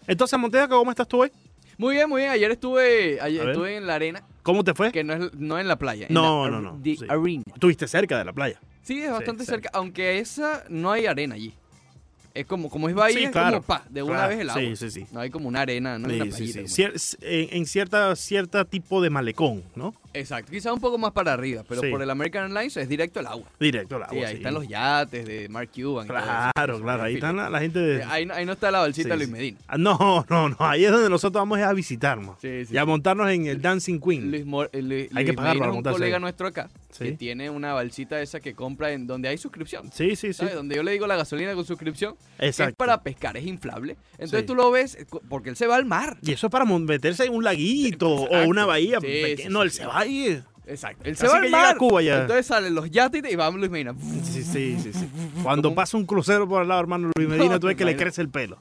Entonces, Monteja, ¿cómo estás tú hoy? Muy bien, muy bien. Ayer estuve en la arena. ¿Cómo te fue? Que no en la playa. No. The Sí. Arena. Estuviste cerca de la playa. Sí, es bastante cerca. cerca. Aunque esa no hay arena allí. Es como es bahía, Sí, es claro, como de una vez el agua. Sí. No hay como una arena, no hay una Sí. playita. En cierta tipo de malecón, ¿no? Exacto. Quizás un poco más para arriba, pero Sí. por el American Airlines es directo al agua. Directo al agua. Sí, ahí están los yates de Mark Cuban. y todo Claro. eso. Ahí están la gente de... Ahí no está la balsita de Luis Medina. No. Ahí es donde nosotros vamos a visitarnos. Sí. Y a montarnos en el Dancing Queen. Hay que pagar para es un montarse colega ahí. nuestro acá Sí. que tiene una balsita esa que compra en donde hay suscripción. Sí. ¿Sabes? Donde yo le digo la gasolina con suscripción, Exacto. es para pescar, es inflable. Entonces Sí. tú lo ves porque él se va al mar. Y eso es para meterse en un laguito Exacto. o una bahía. Sí, No, él sí. se va a ir. Exacto. Él Así se va que al llega mar. a Cuba ya. Entonces salen los yates y vamos Luis Medina. Sí. Cuando pasa un crucero por al lado, hermano Luis Medina, tú ves que le imagínate. crece el pelo.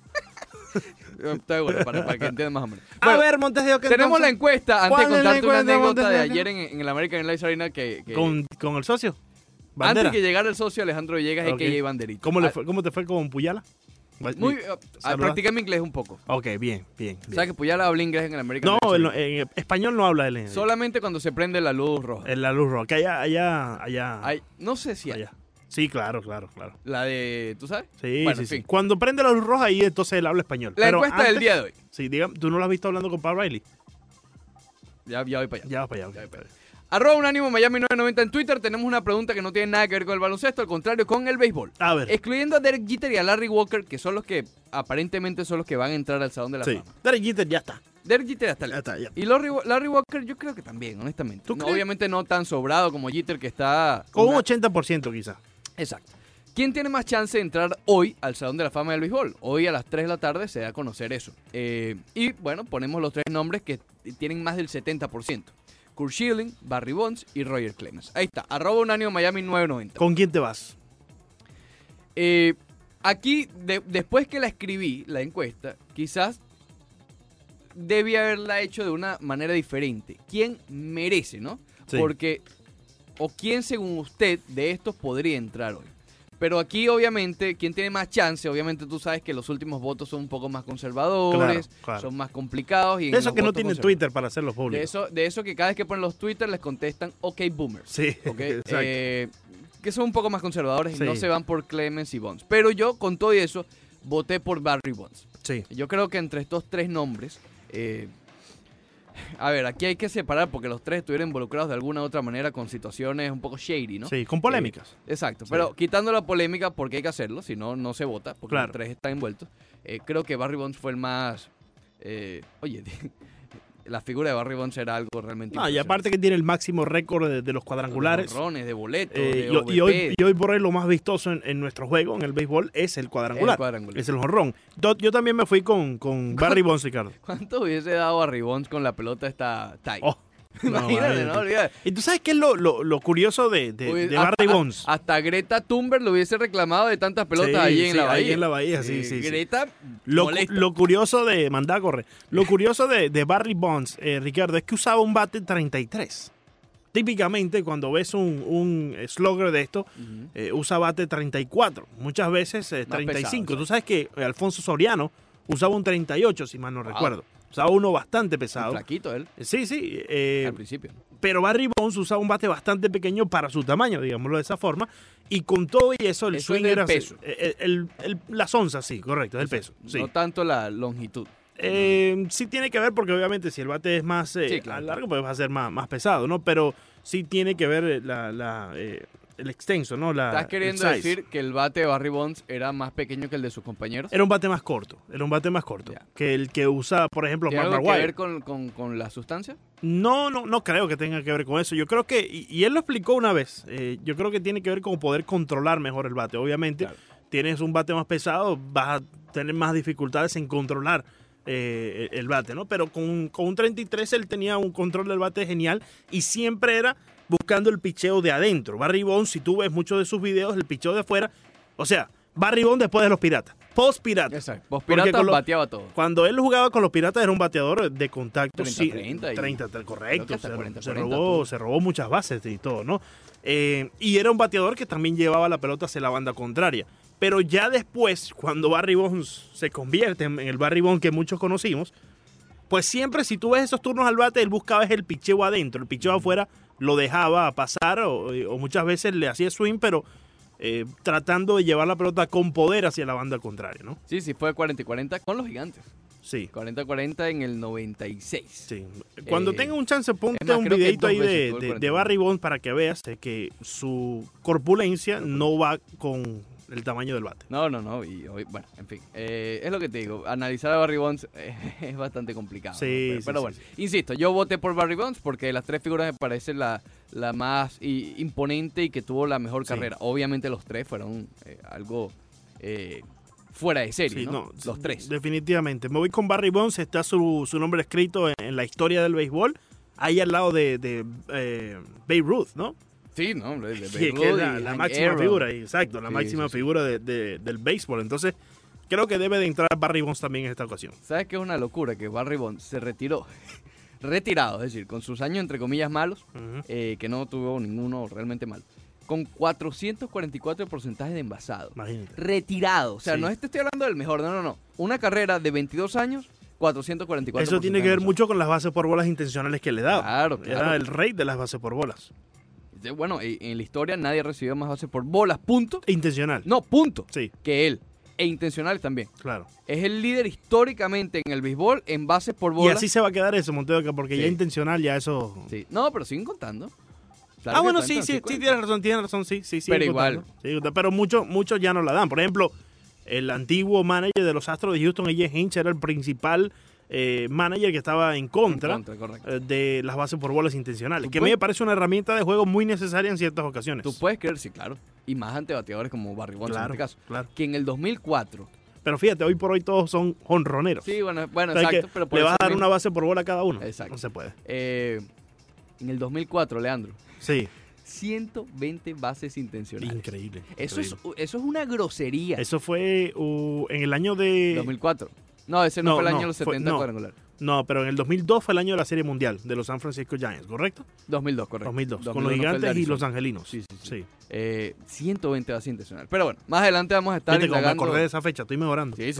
Está bueno, para que entiendan más o menos. A ver, Montejo, ¿qué tenemos la entonces? encuesta. Antes de ¿Cuál es la contarte una encuesta, anécdota de Montejo? ayer en el American Airlines Arena que ¿Con el socio? antes ¿Bandera? que llegara el socio Alejandro Villegas, Ok. a.k.a. Banderita. ¿Cómo te fue con Puyala? ¿Saludas? Practiqué mi inglés un poco. Ok, bien. ¿Sabes que Puyala habla inglés en el American No, Airlines Arena? en español no habla él. Solamente cuando se prende la luz roja. En la luz roja. Que allá. No sé si hay. Allá. Sí, claro. La de, ¿tú sabes? Sí, Bueno, sí, en fin. sí. Cuando prende la luz roja, ahí entonces él habla español. La Pero encuesta del antes- día de hoy. Sí, dígame, ¿tú no lo has visto hablando con Pat Riley? Ya voy para allá. Ya va para allá. Ya, ok. @unánimo Miami 990 en Twitter. Tenemos una pregunta que no tiene nada que ver con el baloncesto, al contrario, con el béisbol. A ver. Excluyendo a Derek Jeter y a Larry Walker, que son los que aparentemente son los que van a entrar al Salón de la Sí. Fama. Derek Jeter ya está. Derek Jeter hasta Ya está, ya. Y Larry Walker yo creo que también, honestamente. ¿Tú No, crees? obviamente no tan sobrado como Jeter, que está... Con un una- 80% quizás. Exacto. ¿Quién tiene más chance de entrar hoy al Salón de la Fama del Béisbol? Hoy a las 3 de la tarde se da a conocer eso. Y bueno, ponemos los tres nombres que tienen más del 70%. Curt Schilling, Barry Bonds y Roger Clemens. Ahí está, @unánimo Miami 990. ¿Con quién te vas? Aquí, después que la escribí, la encuesta, quizás debí haberla hecho de una manera diferente. ¿Quién merece, no? Sí. Porque, o quién según usted de estos podría entrar hoy. Pero aquí, obviamente, ¿quién tiene más chance? Obviamente tú sabes que los últimos votos son un poco más conservadores, Claro. son más complicados. Y en De eso los que no votos tienen conservadores. Twitter para hacerlos públicos. De eso que cada vez que ponen los Twitter les contestan OK Boomer. Sí, ¿Ok? exacto. Que son un poco más conservadores Sí. y no se van por Clemens y Bonds. Pero yo, con todo y eso, voté por Barry Bonds. Sí. Yo creo que entre estos tres nombres... a ver, aquí hay que separar porque los tres estuvieron involucrados de alguna u otra manera con situaciones un poco shady, ¿no? Sí, con polémicas. Exacto, Sí. pero quitando la polémica, porque hay que hacerlo, si no, no se vota, porque Claro. los tres están envueltos. Creo que Barry Bonds fue el más... oye, la figura de Barry Bonds era algo realmente No, y impresionante. aparte que tiene el máximo récord de los cuadrangulares. De jonrones, de boletos, Y de hoy, OVP. por hoy lo más vistoso en nuestro juego, en el béisbol, es el cuadrangular. El cuadrangular. Es el jonrón. Yo también me fui con Barry Bonds, Ricardo. ¿Cuánto hubiese dado Barry Bonds con la pelota esta tight? Oh, Imagínate, no olvides. Y tú sabes qué es lo curioso de Barry Bonds. Hasta Greta Thunberg lo hubiese reclamado de tantas pelotas Sí, allí en sí, la bahía. ahí en la bahía, sí. Greta Lo molesta. curioso de... Mandá a correr. Lo curioso de Barry Bonds, Ricardo, es que usaba un bate 33. Típicamente, cuando ves un slugger de esto, Ujú. usa bate 34. Muchas veces 35. pesado, Tú sabes que Alfonso Soriano usaba un 38, si mal no Wow. recuerdo. Usaba uno bastante pesado. Flaquito él, Sí. al principio. Pero Barry Bonds usaba un bate bastante pequeño para su tamaño, digámoslo de esa forma. Y con todo y eso, el Eso swing es del era... peso. Las onzas, sí, correcto, es el peso. Sí. No tanto la longitud. Sí tiene que ver porque obviamente si el bate es más Sí, claro. largo, pues va a ser más pesado, ¿no? Pero sí tiene que ver el extenso, ¿no? ¿Estás queriendo el size. decir que el bate de Barry Bonds era más pequeño que el de sus compañeros? Era un bate más corto, Ya. que el que usa, por ejemplo, ¿Tiene Mark algo que Maguire. ver con la sustancia? No creo que tenga que ver con eso. Yo creo que, y él lo explicó una vez, yo creo que tiene que ver con poder controlar mejor el bate. Obviamente, Claro. tienes un bate más pesado, vas a tener más dificultades en controlar el bate, ¿no? Pero con un 33 él tenía un control del bate genial y siempre era buscando el picheo de adentro. Barry Bonds, si tú ves muchos de sus videos, el picheo de afuera, o sea, Barry Bonds después de los Piratas, post-Piratas. Exacto. Vos Porque Piratas con lo- bateaba todo. Cuando él jugaba con los Piratas era un bateador de contacto. 30-30 y- 30, creo correcto. que hasta 40-40 Se robó muchas bases y todo, ¿no? Y era un bateador que también llevaba la pelota hacia la banda contraria. Pero ya después, cuando Barry Bonds se convierte en el Barry Bonds que muchos conocimos, pues siempre si tú ves esos turnos al bate, él buscaba el picheo adentro. El picheo afuera lo dejaba pasar o muchas veces le hacía swing, pero tratando de llevar la pelota con poder hacia la banda contraria, ¿no? Sí, fue 40 y 40 con los Gigantes. Sí. 40-40 en el 96. Sí. Cuando tenga un chance, ponte más, un creo que videito ahí dos veces tuvo el de Barry Bonds para que veas que su corpulencia no va con el tamaño del bate. No. Y hoy, bueno, en fin. Es lo que te digo. Analizar a Barry Bonds es bastante complicado. Sí, ¿no? Pero bueno, insisto, yo voté por Barry Bonds porque de las tres figuras me parece la más imponente y que tuvo la mejor carrera. Obviamente los tres fueron algo fuera de serie, Sí, ¿no? Los tres. Definitivamente. Me voy con Barry Bonds, está su nombre escrito en la historia del béisbol, ahí al lado de Babe Ruth, ¿no? Sí, ¿no? De Que es la máxima figura, exacto, la máxima figura del béisbol. Entonces, creo que debe de entrar Barry Bonds también en esta ocasión. ¿Sabes qué es una locura? Que Barry Bonds se retiró. Retirado, es decir, con sus años entre comillas malos, que no tuvo ninguno realmente malo. Con 444 porcentaje de envasado. Imagínate. Retirado. O sea, no te estoy hablando del mejor, no. Una carrera de 22 años, 444. Eso tiene que ver mucho con las bases por bolas intencionales que le daba. Claro. Era el rey de las bases por bolas. Bueno, en la historia nadie recibió más bases por bolas, punto. Intencional. No, punto. Sí. Que él. E intencional también. Claro. Es el líder históricamente en el béisbol en bases por bolas. Y así se va a quedar eso, Montedoca, porque ya intencional, ya eso... Sí. No, pero siguen contando. Claro bueno, sí, tienes razón, sí. Pero igual. Sí, pero muchos ya no la dan. Por ejemplo, el antiguo manager de los Astros de Houston, A.J. Hinch, era el principal manager que estaba en contra de las bases por bolas intencionales, que a mí me parece una herramienta de juego muy necesaria en ciertas ocasiones. Tú puedes creer, sí, claro. Y más ante bateadores como Barry Bonds en este caso. Claro. Que en el 2004... Pero fíjate, hoy por hoy todos son jonroneros. Sí, bueno, O sea, exacto. Pero le vas a dar una base por bola a cada uno. Exacto. No se puede. En el 2004, Leandro. Sí. 120 bases intencionales. Increíble. Eso es una grosería. Eso fue en el año de... 2004. No, ese no fue el año de los 70 cuadrangulares. No, pero en el 2002 fue el año de la Serie Mundial de los San Francisco Giants, ¿correcto? 2002, correcto. 2002 con los Gigantes y los Angelinos. Sí. 120 bases intencionales. Pero bueno, más adelante vamos a estar Viste, indagando. Me acordé de esa fecha, estoy mejorando. Sí.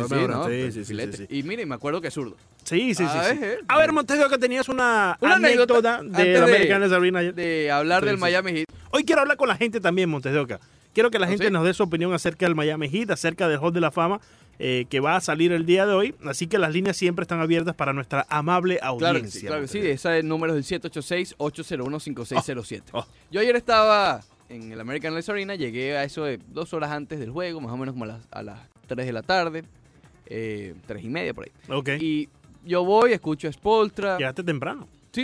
Y mire, me acuerdo que es zurdo. Sí. A ver, Montejo, que tenías una anécdota de la American League Arena. De hablar del Miami Heat. Hoy quiero hablar con la gente también, Montejoca. Quiero que la gente nos dé su opinión acerca del Miami Heat, acerca del Hall de la Fama que va a salir el día de hoy. Así que las líneas siempre están abiertas para nuestra amable audiencia. Claro que sí. Ese número es el 786-801-5607. Yo ayer estaba en el American League Arena, llegué a eso de 2 horas antes del juego, más o menos como a las 3 de la tarde, 3:30 por ahí. Ok. Y yo voy, escucho a Spoelstra. Llegaste temprano. Sí.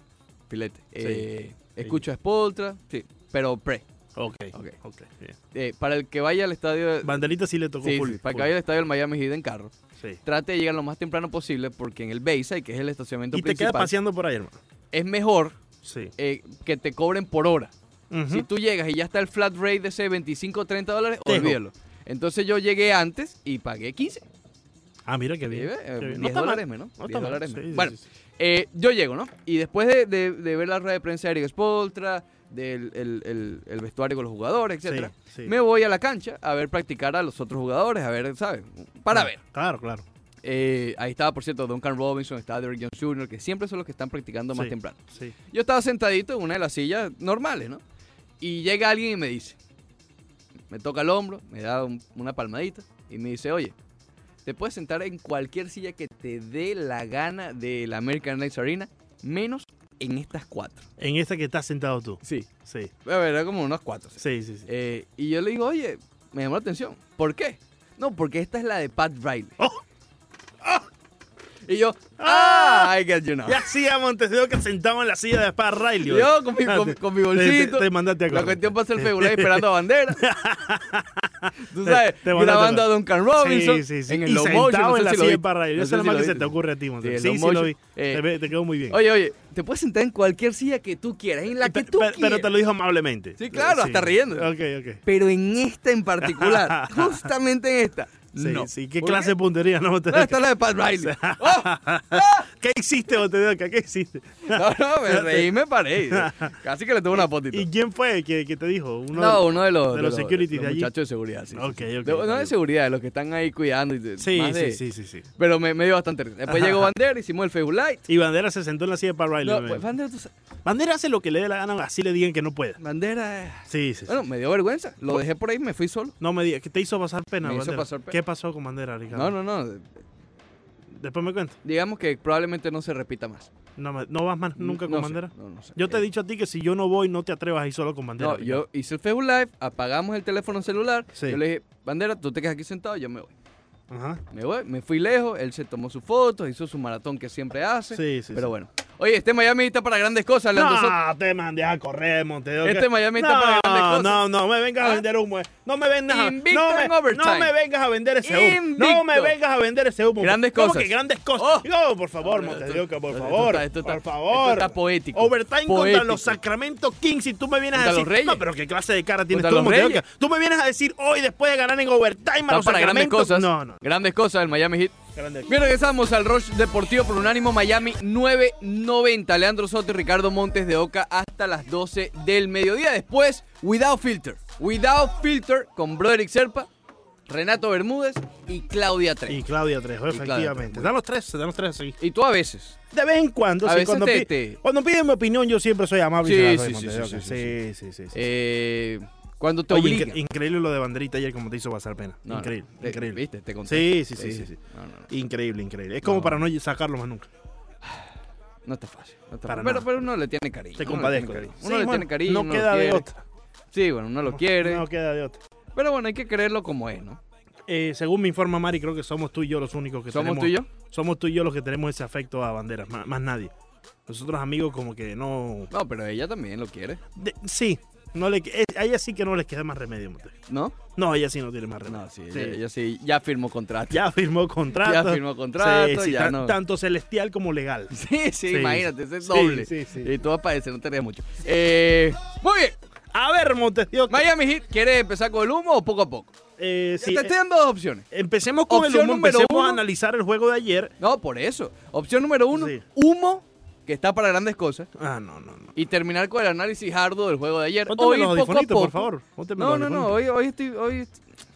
Filete. Escucho a Spoelstra, sí, pero Ok. para el que vaya al estadio... Banderita sí le tocó full. Para que vaya al estadio del Miami Heat en carro. Sí. Trate de llegar lo más temprano posible porque en el Bayside, que es el estacionamiento principal... Y te principal, quedas paseando por ahí, hermano. Es mejor que te cobren por hora. Si tú llegas y ya está el flat rate de ese $25-30, olvídalo. Entonces yo llegué antes y pagué 15. Mira qué bien. $10 menos. Sí, bueno, yo llego, ¿no? Y después de ver la rueda de prensa de Eric Spoelstra, del el vestuario con los jugadores, etcétera, me voy a la cancha a ver practicar a los otros jugadores, a ver, ¿sabes? Para ver. Claro. Ahí estaba, por cierto, Duncan Robinson, estaba Derrick Jones Jr., que siempre son los que están practicando más temprano. Sí. Yo estaba sentadito en una de las sillas normales, ¿no? Y llega alguien y me dice, me toca el hombro, me da una palmadita y me dice, oye, te puedes sentar en cualquier silla que te dé la gana de la American League Arena, menos en estas 4. En esta que estás sentado tú. Sí. Sí. A ver, era como unos 4. Sí. Y yo le digo, oye, me llamó la atención. ¿Por qué? No, porque esta es la de Pat Riley. Y yo, I get you now. Ya hacía Monteseo que sentado en la silla de Pat Riley. Yo con mi bolsito. Te mandaste a correr. La cuestión pasa el regular esperando a bandera. Tú sabes, grabando a Duncan Robinson. Sí. En el y low sentado motion. en la silla de Pat Riley. No Eso sé es lo si más lo que se viste. te ocurre a ti, Monteseo. Sí, Sí, lo vi. Te quedó muy bien. Oye, te puedes sentar en cualquier silla que tú quieras, en la que tú quieras. Pero te lo dijo amablemente. Sí, claro, hasta riendo. Ok. Pero en esta en particular, justamente en esta. Sí, no. sí. ¿Qué clase de puntería? No, esta es la de Pat Riley. ¿Qué hiciste, Montevideo? ¿Qué hiciste? No, me reí y me paré. Casi que le tuve una potita. ¿Y quién fue que te dijo? Uno de los securities de allí. muchachos de seguridad, sí. Ok. No de seguridad, de los que están ahí cuidando. Sí. Pero me dio bastante risa. Después llegó Bandera, hicimos el Facebook Light. Y Bandera se sentó en la silla para Riley. No, pues, Bandera hace lo que le dé la gana, así le digan que no puede. Bandera. Sí. Bueno, me dio vergüenza. Lo dejé por ahí, me fui solo. No me digas, ¿qué te hizo pasar pena, Me hizo Bandera? pasar pena. ¿Qué pasó con Bandera, Ricardo? No. Después me cuento. Digamos que probablemente no se repita más. No vas más nunca con No sé, Bandera. no sé. Yo te he dicho a ti que si yo no voy, no te atrevas a ir solo con Bandera. No, Ricardo. yo hice el Facebook Live, apagamos el teléfono celular. Sí. Yo le dije, Bandera, tú te quedas aquí sentado, yo me voy. Ajá. Me fui lejos, él se tomó sus fotos, hizo su maratón que siempre hace. Sí. Pero bueno. Oye, este Miami está para grandes cosas, Leandro Soto. No, te mandé a correr, Montevideo. Este Miami está para grandes cosas. No me vengas a vender humo. No me vengas Invicto en overtime. No me vengas a vender ese humo. Invicto. No me vengas a vender ese humo. Grandes ¿Cómo cosas. que grandes cosas? Oh. No, por favor, Montevideo, por favor. Por favor. Esto está poético. Overtime contra Poético. los Sacramento Kings y tú me vienes a Contra decir... los Reyes. No, pero qué clase de cara tienes Contra tú, los Montevideo. Reyes. Tú me vienes a decir hoy, después de ganar en overtime a Está los para grandes Sacramento... cosas. No. Grandes cosas el Miami Heat. Grandes. Bien, regresamos al Rush Deportivo por Unánimo Miami 990. Leandro Soto y Ricardo Montes de Oca hasta las 12 del mediodía. Después, Without Filter. Without Filter con Broderick Serpa, Renato Bermúdez y Claudia Trejo. Y Claudia Trejo, Y Claudia efectivamente. Trejo. Dan los tres así. Y tú a veces. De vez en cuando, A sí, veces cuando, cuando piden mi opinión, yo siempre soy amable y se la doy, Montevideo. Sí. Cuando te Oye, obligan. increíble lo de Banderita ayer, como te hizo pasar pena. No, Increíble. ¿Viste? Te conté. Sí. No. Increíble. Es como para no sacarlo más nunca. No está fácil. Para pero, nada. pero uno le tiene cariño. Te uno le compadezco. tiene cariño. Sí, Uno le bueno, tiene cariño. no uno queda lo de quiere. otra. Sí, bueno, uno lo quiere. No queda de otra. Pero bueno, hay que creerlo como es, ¿no? Según me informa Mari, creo que somos tú y yo los únicos que ¿Somos tenemos. tú y yo? Somos tú y yo los que tenemos ese afecto a Banderas, más nadie. Los otros amigos como que no... No, pero ella también lo quiere. Sí, a ella sí que no les queda más remedio, Montevideo. ¿No? No, ella sí no tiene más remedio. No, sí, ella sí, ya firmó contrato. Ya firmó contrato. Ya firmó contrato, Sí, ya no. tanto celestial como legal. Sí, imagínate, ese es doble. Sí. Y tú vas a padecer, no te rías mucho. Muy bien. A ver, Montevideo. Miami Heat, ¿quieres empezar con el humo o poco a poco? Sí, Te estoy dando dos opciones. empecemos con Opción el humo, número empecemos uno. a analizar el juego de ayer. No, por eso. Opción número 1, Sí. humo, que está para grandes cosas. No. Y terminar con el análisis arduo del juego de ayer. Pónteme Hoy, los poco a audifonitos, poco. por favor. Pónteme No, los audifonitos. hoy estoy...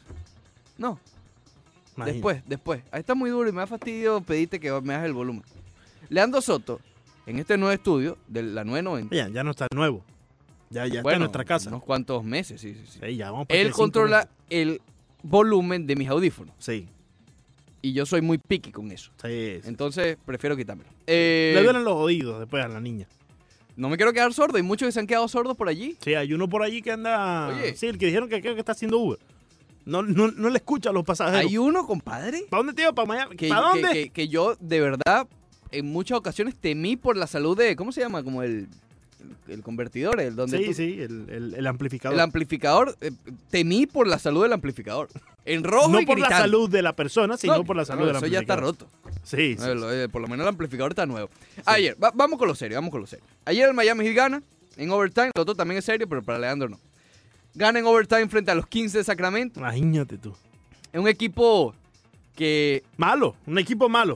No, Imagínate. después. Ahí está muy duro y me da fastidio pedirte que me hagas el volumen. Leandro Soto, en este nuevo estudio de la 990. Ya no está nuevo. Ya está en nuestra casa. Unos cuantos meses, sí. Sí, ya vamos para Él 5 controla meses. el volumen de mis audífonos. Sí. Y yo soy muy picky con eso. Sí. Entonces, prefiero quitármelo. Le duelen los oídos después a la niña. No me quiero quedar sordo. Hay muchos que se han quedado sordos por allí. Sí, hay uno por allí que anda... Oye. Sí, el que dijeron que creo que está haciendo Uber. No le escucha a los pasajeros. Hay uno, compadre, ¿Para dónde te iba? ¿Para Miami? que, ¿Para dónde? que yo de verdad en muchas ocasiones temí por la salud de, ¿cómo se llama? Como el convertidor, el donde Sí, el amplificador. el amplificador, temí por la salud del amplificador. En rojo no y por la gritando. salud de la persona, sino No, por la salud no, del eso ya amplificador. está roto. Sí. Por lo menos el amplificador está nuevo. Ayer, vamos con lo serio, Ayer el Miami Heat gana en overtime, lo otro también es serio, pero para Leandro no. Gana en overtime frente a los Kings de Sacramento. Imagínate tú. Es un equipo que... Malo, un equipo malo.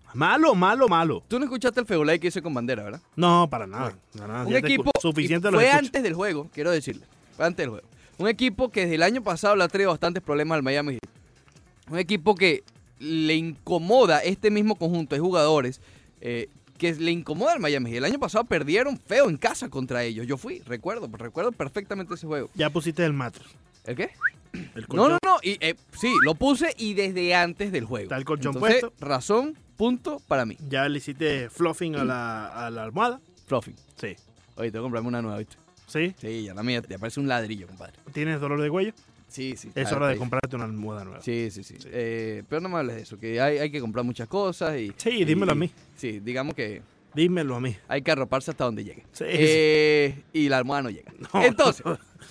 Malo. Tú no escuchaste el Fegolay que hice con Bandera, ¿verdad? No, para nada. Para nada. Un Ya te equipo... suficiente y lo fue escucho. antes del juego, quiero decirle. Fue antes del juego. Un equipo que desde el año pasado le ha traído bastantes problemas al Miami Heat. Un equipo que le incomoda este mismo conjunto de jugadores que le incomoda al Miami Heat. El año pasado perdieron feo en casa contra ellos. Yo fui, recuerdo perfectamente ese juego. Ya pusiste el mattress. ¿El qué? El No. colchón. Y, sí, lo puse y desde antes del juego. Está el colchón Entonces, puesto. razón, punto para mí. Ya le hiciste fluffing a la almohada. Fluffing. Sí. Oye, tengo que comprarme una nueva, ¿viste? Sí. Sí, ya la mía ya parece un ladrillo, compadre. ¿Tienes dolor de cuello? Sí. Es hora de comprarte una almohada nueva. Sí. Pero no me hables de eso, que hay que comprar muchas cosas y... Sí, dímelo a mí. Sí, digamos que Dímelo a mí. hay que arroparse hasta donde llegue. Sí, Y la almohada no llega. No. Entonces,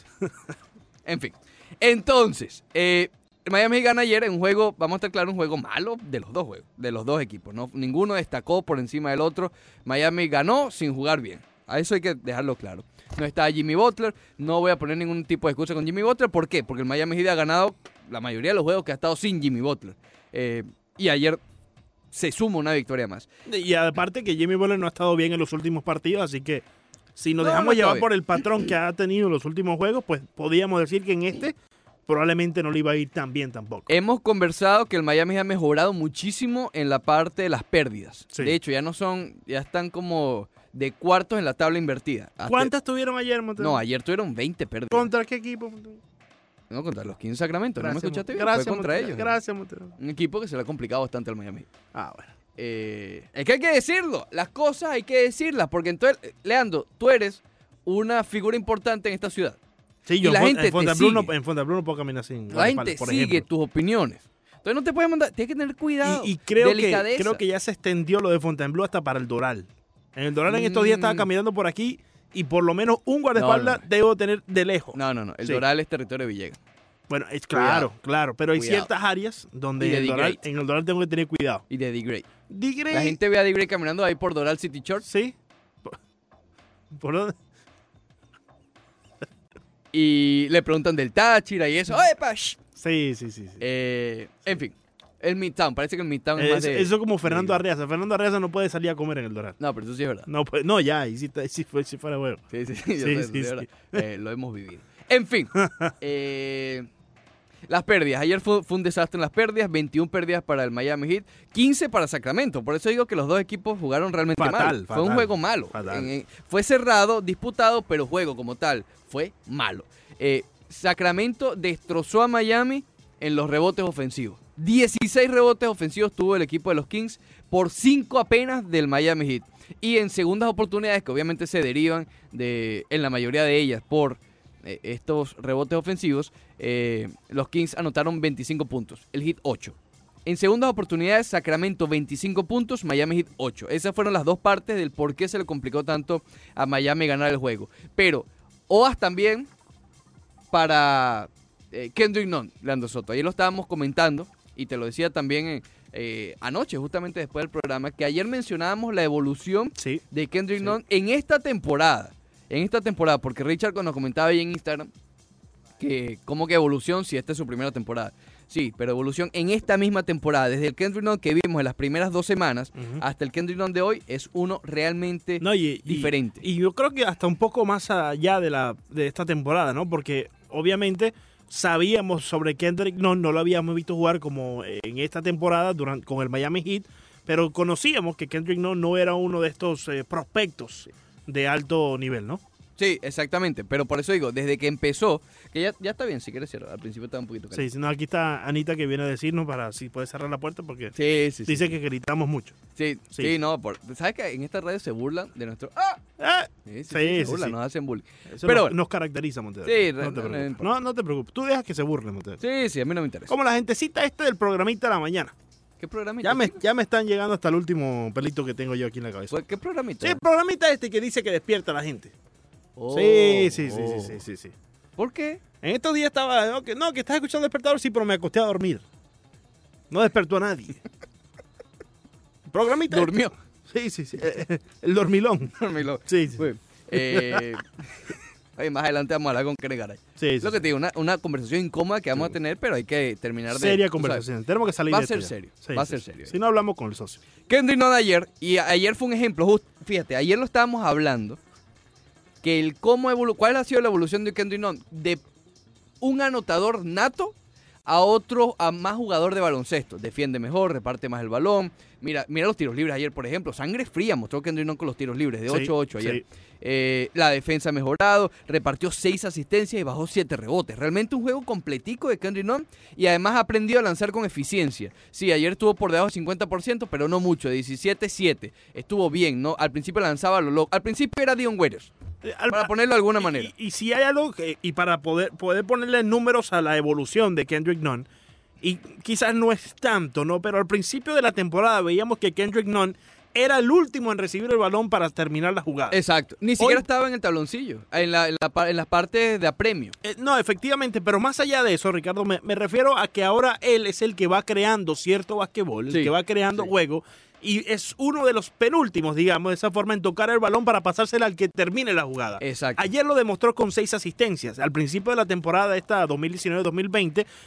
en fin. Entonces, el Miami Heat gana ayer en un juego, vamos a estar claros, un juego malo de los dos juegos, de los dos equipos. ¿No? Ninguno destacó por encima del otro. Miami ganó sin jugar bien. A eso hay que dejarlo claro. No está Jimmy Butler. No voy a poner ningún tipo de excusa con Jimmy Butler. ¿Por qué? Porque el Miami Heat ha ganado la mayoría de los juegos que ha estado sin Jimmy Butler. Y ayer se suma una victoria más. Y aparte que Jimmy Butler no ha estado bien en los últimos partidos, así que si nos No, dejamos no está llevar bien. por el patrón que ha tenido en los últimos juegos, pues podríamos decir que en este probablemente no le iba a ir tan bien tampoco. Hemos conversado que el Miami ha mejorado muchísimo en la parte de las pérdidas. Sí. De hecho, ya están como de cuartos en la tabla invertida. ¿Cuántas tuvieron ayer, Montero? No, ayer tuvieron 20 pérdidas. ¿Contra qué equipo, Montero? No, contra los Kings Sacramento. ¿No me escuchaste bien? Gracias, Fue contra Montero. ellos. Gracias, Montero. Un equipo que se le ha complicado bastante al Miami. Ah, bueno. Es que hay que decirlo. Las cosas hay que decirlas. Porque entonces, Leandro, tú eres una figura importante en esta ciudad. Sí, Y yo la en gente te Fontainebleau sigue. en Fontainebleau no puedo caminar sin La guardaespaldas, gente por sigue ejemplo. tus opiniones. Entonces no te puedes mandar. Tienes que tener cuidado. Y creo delicadeza. que ya se extendió lo de Fontainebleau hasta para el Doral. En el Doral en estos días estaba caminando por aquí y por lo menos un guardaespaldas No. debo tener de lejos. No. El Sí. Doral es territorio de Villegas. Bueno, es claro, Cuidado. claro, pero hay Cuidado. ciertas áreas donde Y de en el Doral tengo que tener cuidado. Y de D-Grade. Digre. La gente ve a D-Grade caminando ahí por Doral City Church. Sí. ¿Por dónde? Y le preguntan del Táchira y eso. ¡Epa! Shh! Sí. En fin. El Midtown. Parece que el Midtown es más de... Eso como Fernando de- Arreaza. Fernando Arreaza no puede salir a comer en el Doral. No, pero eso sí es verdad. No, pues, no ya, y si fuera bueno. Sí, yo Sí, sé, eso sí es sí. verdad. Lo hemos vivido. En fin. Las pérdidas. Ayer fue un desastre en las pérdidas. 21 pérdidas para el Miami Heat. 15 para Sacramento. Por eso digo que los dos equipos jugaron realmente mal. Fue un juego malo. Fue cerrado, disputado, pero juego como tal fue malo. Sacramento destrozó a Miami en los rebotes ofensivos. 16 rebotes ofensivos tuvo el equipo de los Kings por 5 apenas del Miami Heat. Y en segundas oportunidades, que obviamente se derivan en la mayoría de ellas por estos rebotes ofensivos, los Kings anotaron 25 puntos, el Heat 8. En segundas oportunidades, Sacramento 25 puntos, Miami Heat 8. Esas fueron las dos partes del por qué se le complicó tanto a Miami ganar el juego. Pero, oas también para Kendrick Nunn, Leandro Soto. Ayer lo estábamos comentando y te lo decía también anoche, justamente después del programa, que ayer mencionábamos la evolución Sí. de Kendrick Nunn en esta temporada. Porque Richard nos comentaba ahí en Instagram que como que evolución si esta es su primera temporada. Sí, pero evolución en esta misma temporada, desde el Kendrick Nunn que vimos en las primeras 2 semanas hasta el Kendrick Nunn de hoy, es uno realmente diferente. Y yo creo que hasta un poco más allá de esta temporada, ¿no? Porque obviamente sabíamos sobre Kendrick Nunn, no lo habíamos visto jugar como en esta temporada con el Miami Heat, pero conocíamos que Kendrick Nunn no era uno de estos prospectos de alto nivel, ¿no? Sí, exactamente, pero por eso digo, desde que empezó, que ya está bien, si quieres cerrar, al principio estaba un poquito caliente. Sí, si no, aquí está Anita que viene a decirnos para si puede cerrar la puerta porque Sí. dice que gritamos mucho. Sí, no, ¿sabes que en esta radio se burlan de nuestro... ¡Ah! Sí, se burlan, sí. nos hacen bullying. Eso Pero nos caracteriza, Montero. Sí, no te no preocupes. importa. No te preocupes. Tú dejas que se burlen, Montero. Sí, a mí no me interesa. Como la gentecita del programita de la mañana. ¿Qué programita? Ya me están llegando hasta el último pelito que tengo yo aquí en la cabeza. ¿Qué programita? Sí, el programita que dice que despierta a la gente. Oh, Sí. ¿Por qué? En estos días estaba, que estás escuchando despertador, sí, pero me acosté a dormir. No despertó a nadie. Programita. Durmió. Sí. El dormilón. Dormilo. Sí. Bueno, oye, más adelante vamos a hablar con Kenegaray. Sí. Lo que te digo, una conversación incómoda que vamos a tener, pero hay que terminar de... Seria tú sabes. conversación. Tenemos que salir Va de a ser esto ya. serio, Sí, va a ser serio. Si no hablamos con el socio. Kendrick Nunn ayer, y ayer fue un ejemplo, fíjate, ayer lo estábamos hablando, que ¿cuál ha sido la evolución de Kendrick Nunn? De un anotador nato a más jugador de baloncesto. Defiende mejor, reparte más el balón. Mira los tiros libres ayer, por ejemplo. Sangre fría mostró Kendrick Nunn con los tiros libres, de 8-8 ayer. La defensa ha mejorado, repartió 6 asistencias y bajó 7 rebotes. Realmente un juego completico de Kendrick Nunn y además ha aprendido a lanzar con eficiencia. Sí, ayer estuvo por debajo del 50%, pero no mucho, de 17-7. Estuvo bien, ¿no? Al principio lanzaba a lo loco. Al principio era Dion Waiters, para ponerlo de alguna manera. Y si hay algo, y para poder ponerle números a la evolución de Kendrick Nunn, y quizás no es tanto, ¿no? Pero al principio de la temporada veíamos que Kendrick Nunn era el último en recibir el balón para terminar la jugada. Exacto. Ni siquiera estaba en el tabloncillo, en las partes de apremio. No, efectivamente, pero más allá de eso, Ricardo, me refiero a que ahora él es el que va creando cierto basquetbol, el que va creando juego, y es uno de los penúltimos, digamos, de esa forma, en tocar el balón para pasársela al que termine la jugada. Exacto. Ayer lo demostró con 6 asistencias. Al principio de la temporada esta 2019-2020,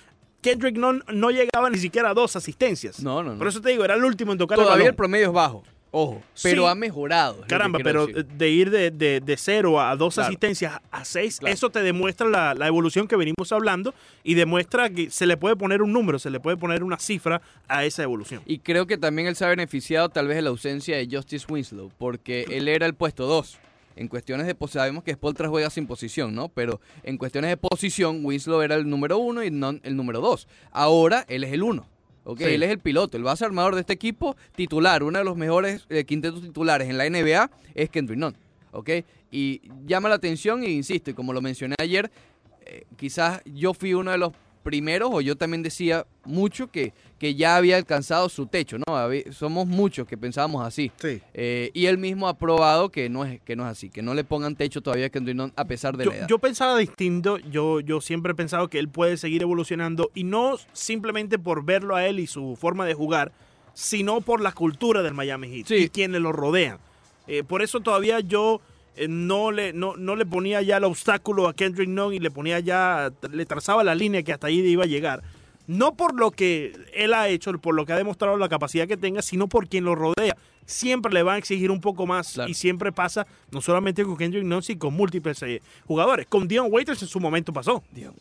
Kendrick Nunn no llegaba ni siquiera a 2 asistencias. No. Por eso te digo, era el último en tocar el Todavía balón. el promedio es bajo, ojo, pero Sí. ha mejorado. Caramba, pero de ir de 0 a 2 Claro. asistencias a 6, Claro. eso te demuestra la evolución que venimos hablando y demuestra que se le puede poner un número, se le puede poner una cifra a esa evolución. Y creo que también él se ha beneficiado tal vez de la ausencia de Justice Winslow, porque él era el puesto 2. En cuestiones de posición, sabemos que Spoelstra juega sin posición, ¿no? Pero en cuestiones de posición, Winslow era el número 1 y Nunn el número 2. Ahora él es el 1. Okay, Sí. Él es el piloto, el base armador de este equipo, titular, uno de los mejores quintetos titulares en la NBA es Kendrick Nunn, ¿ok? Y llama la atención, e insisto, y como lo mencioné ayer, quizás yo fui uno de los primeros, o yo también decía mucho que ya había alcanzado su techo, ¿no? Somos muchos que pensábamos así. Sí. Y él mismo ha probado que no es así, que no le pongan techo todavía a Kendrick Nunn a pesar de la edad. Yo pensaba distinto, yo siempre he pensado que él puede seguir evolucionando y no simplemente por verlo a él y su forma de jugar, sino por la cultura del Miami Heat Sí. y quienes lo rodean. Por eso todavía yo no le ponía ya el obstáculo a Kendrick Nunn y le trazaba la línea que hasta ahí iba a llegar. No por lo que él ha hecho, por lo que ha demostrado la capacidad que tenga, sino por quien lo rodea. Siempre le van a exigir un poco más, claro. y siempre pasa, no solamente con Kendrick Nunn, sino con múltiples jugadores. Con Dion Waiters en su momento pasó.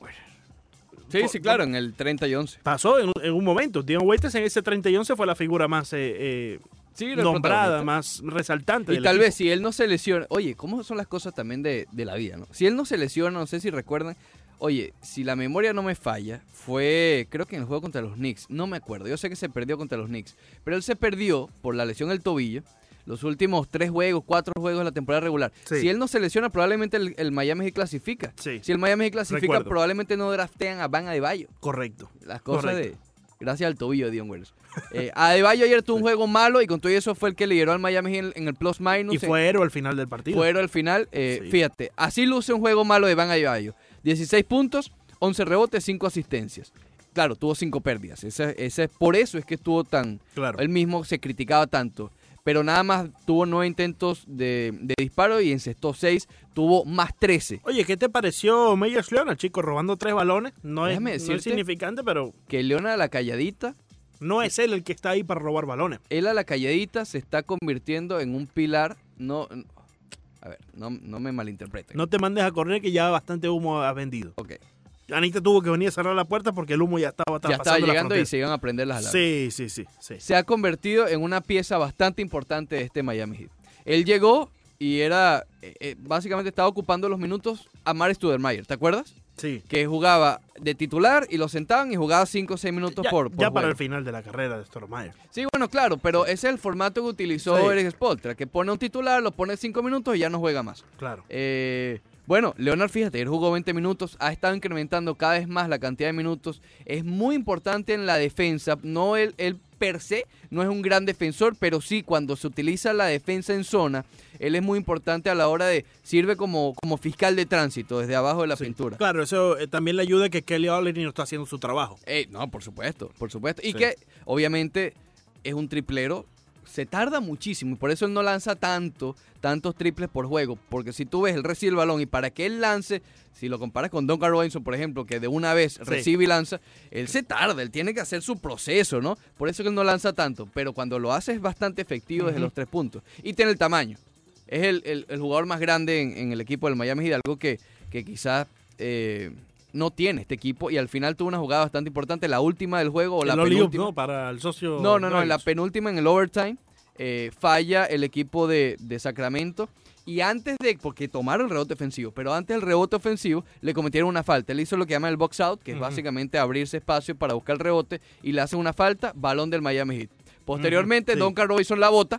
Sí, claro, en el 30 y 11. Pasó en un momento. Dion Waiters en ese 30 y 11 fue la figura más Sí, era el nombrada, protagonista. más resaltante. Y del tal equipo. vez si él no se lesiona, oye, ¿cómo son las cosas también de la vida, no? Si él no se lesiona, no sé si recuerdan, oye, si la memoria no me falla, fue, creo que en el juego contra los Knicks, no me acuerdo, yo sé que se perdió contra los Knicks, pero él se perdió por la lesión del tobillo, los últimos 3 juegos, 4 juegos de la temporada regular. Sí. Si él no se lesiona, probablemente el Miami Heat clasifica. Sí. Si el Miami Heat clasifica, Recuerdo. probablemente no draftean a Bam Adebayo. Correcto. Las cosas Correcto. gracias al tobillo de Dion Waiters. Adebayo ayer tuvo un juego malo y con todo eso fue el que lideró al Miami Heat en el plus minus. Y fue héroe al final del partido. Fuera al final. Sí. Fíjate, así luce un juego malo de Bam Adebayo. 16 puntos, 11 rebotes, 5 asistencias. Claro, tuvo 5 pérdidas. Por eso es que estuvo tan... Claro. Él mismo se criticaba tanto. Pero nada más tuvo 9 intentos de disparo y encestó 6. Tuvo más 13. Oye, ¿qué te pareció Meyers Leonard, chico? Robando 3 balones. No es Déjame decirte significante, pero Que Leonard a la calladita, no es él el que está ahí para robar balones. él a la calladita se está convirtiendo en un pilar. A ver, no me malinterpreten. No te mandes a correr que ya bastante humo has vendido. Ok. Anita tuvo que venir a cerrar la puerta porque el humo ya estaba Ya estaba traspasando la llegando y frontera. se iban a prender las alarmas. Sí. Se ha convertido en una pieza bastante importante de este Miami Heat. Él llegó y era, básicamente estaba ocupando los minutos a Mari Stoudemire, ¿te acuerdas? Sí. Que jugaba de titular y lo sentaban y jugaba 5 o 6 minutos por Ya para juego. el final de la carrera de Stoudemire. Sí, bueno, claro, pero ese es el formato que utilizó Sí. Erik Spoelstra, que pone un titular, lo pone 5 minutos y ya no juega más. Claro. Bueno, Leonard, fíjate, él jugó 20 minutos, ha estado incrementando cada vez más la cantidad de minutos. Es muy importante en la defensa, no él per se no es un gran defensor, pero sí cuando se utiliza la defensa en zona, él es muy importante a la hora de, sirve como fiscal de tránsito desde abajo de la Sí. pintura. Claro, eso también le ayuda a que Kelly Olynyk no está haciendo su trabajo. No, por supuesto. Y Sí. que obviamente es un triplero, se tarda muchísimo y por eso él no lanza tantos triples por juego, porque si tú ves, él recibe el balón y para que él lance, si lo comparas con Duncan Robinson, por ejemplo, que de una vez recibe y lanza, él se tarda, él tiene que hacer su proceso, ¿no? Por eso que él no lanza tanto, pero cuando lo hace es bastante efectivo desde los 3 puntos y tiene el tamaño. Es el jugador más grande en el equipo del Miami Heat, algo que quizás no tiene este equipo y al final tuvo una jugada bastante importante, la última del juego o la El alley-oop, penúltima. ¿no? Para el socio. No, en la Rogers. penúltima, en el overtime, falla el equipo de Sacramento y antes de, porque tomaron el rebote ofensivo, pero antes del rebote ofensivo le cometieron una falta. Él hizo lo que llama el box out, que es básicamente abrirse espacio para buscar el rebote y le hacen una falta, balón del Miami Heat. Posteriormente, Sí. Duncan Robinson la bota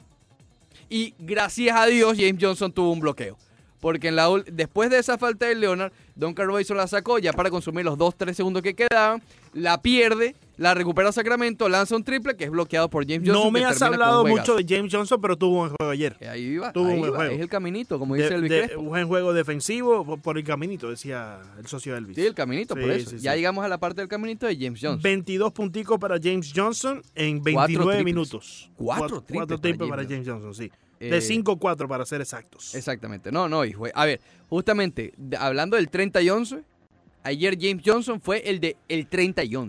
y gracias a Dios James Johnson tuvo un bloqueo. Porque después de esa falta de Leonard, Duncan Robinson la sacó ya para consumir los 2-3 segundos que quedaban, la pierde, la recupera Sacramento, lanza un triple que es bloqueado por James Johnson. No me que has termina con hablado un mucho juegazo. de James Johnson, pero tuvo un buen juego ayer. Ahí va, Tuvo un buen juego. es el caminito, como dice Elvis Crespo. Un buen juego defensivo por el caminito, decía el socio Elvis. Sí, el caminito, por Sí, eso. sí, Ya sí. llegamos a la parte del caminito de James Johnson. 22 punticos para James Johnson en 4 29 triples. minutos. 4 triples Cuatro para triples para James James Johnson, sí. De 5-4 para ser exactos. Exactamente. No, hijo. A ver, justamente, hablando del 30 y 11, ayer James Johnson fue el 30 y 11.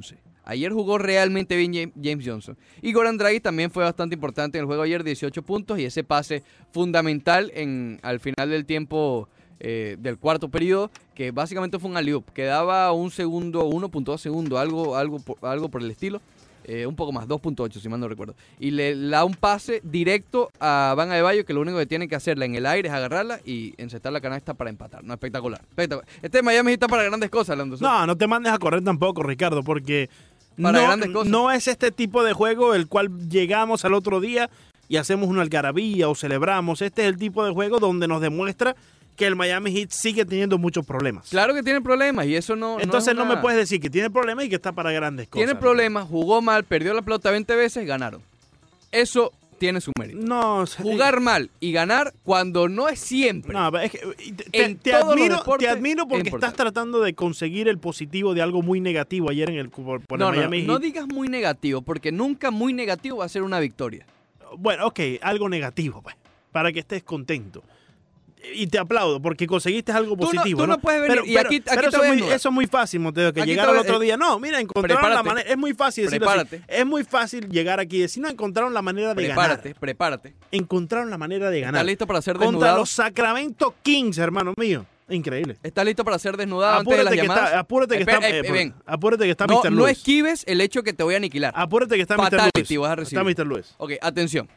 Ayer jugó realmente bien James Johnson. Y Goran Dragic también fue bastante importante en el juego ayer, 18 puntos y ese pase fundamental al final del tiempo del cuarto periodo, que básicamente fue un alley-oop. Quedaba 1 segundo, 1.2 segundos, algo por el estilo. Un poco más, 2.8 si mal no recuerdo. Y le da un pase directo a Bam Adebayo, que lo único que tiene que hacerla en el aire es agarrarla y encestar la canasta para empatar. No, espectacular. Este Miami está para grandes cosas, Lando. No te mandes a correr tampoco, Ricardo, porque grandes cosas. No es este tipo de juego el cual llegamos al otro día y hacemos una algarabía o celebramos. Este es el tipo de juego donde nos demuestra que el Miami Heat sigue teniendo muchos problemas. Claro que tiene problemas y eso no. Entonces no me puedes decir que tiene problemas y que está para grandes cosas. Tiene problemas, jugó mal, perdió la pelota 20 veces, ganaron. Eso tiene su mérito. No, jugar mal y ganar cuando no es siempre. No, es que te admiro porque estás tratando de conseguir el positivo de algo muy negativo ayer en el Miami Heat. No digas muy negativo, porque nunca muy negativo va a ser una victoria. Bueno, ok, algo negativo, pues, para que estés contento. Y te aplaudo porque conseguiste algo positivo. Tú no puedes venir. Eso es muy fácil, Monteo, que llegar al otro día. No, mira, encontraron la manera. Es muy fácil decirlo así. Es muy fácil llegar aquí y decir, no, encontraron la manera de ganar. Prepárate. Encontraron la manera de ganar. ¿Estás listo para ser desnudado? Contra los Sacramento Kings, hermano mío. Increíble. ¿Estás listo para ser desnudado antes de las llamadas? Apúrate que está Mr. Lewis. No esquives el hecho que te voy a aniquilar. Apúrate que está Mr. Lewis. Vas a recibir. Está Mr. Lewis. Ok, atención.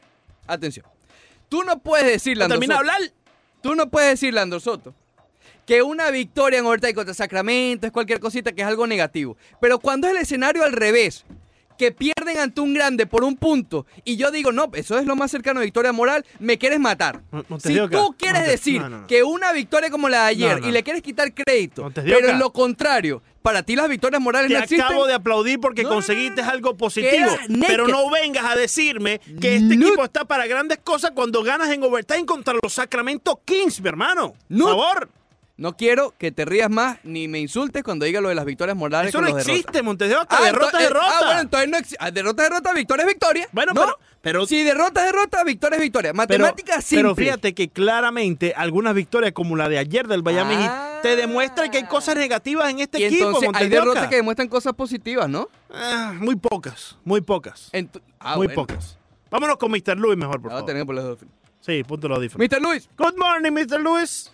Tú no puedes decir, Lando Soto. ¿Termina de hablar? Tú no puedes decir, Lando Soto, que una victoria en overtime contra Sacramento es cualquier cosita que es algo negativo. Pero cuando es el escenario al revés, que pierden ante un grande por un punto, y yo digo, no, eso es lo más cercano a victoria moral, me quieres matar. Si tú quieres decir que una victoria como la de ayer y le quieres quitar crédito, pero en lo contrario, para ti las victorias morales no existen. Te acabo de aplaudir porque conseguiste algo positivo, pero no vengas a decirme que este equipo está para grandes cosas cuando ganas en overtime contra los Sacramento Kings, mi hermano. Por favor. No quiero que te rías más ni me insultes cuando diga lo de las victorias morales. Eso no existe, Montes de Oca. Derrota. Bueno, entonces no existe. Derrota, victoria es victoria. Bueno, ¿no? pero si derrota, victoria es victoria. Matemática simple. Pero fíjate que claramente algunas victorias como la de ayer del Miami Heat te demuestran que hay cosas negativas en este equipo, entonces Montes hay derrotas que demuestran cosas positivas, ¿no? Muy pocas. Muy pocas. Vámonos con Mr. Lewis mejor, por favor. Por los sí, punto los audífonos. Mr. Lewis. Good morning, Mr. Lewis.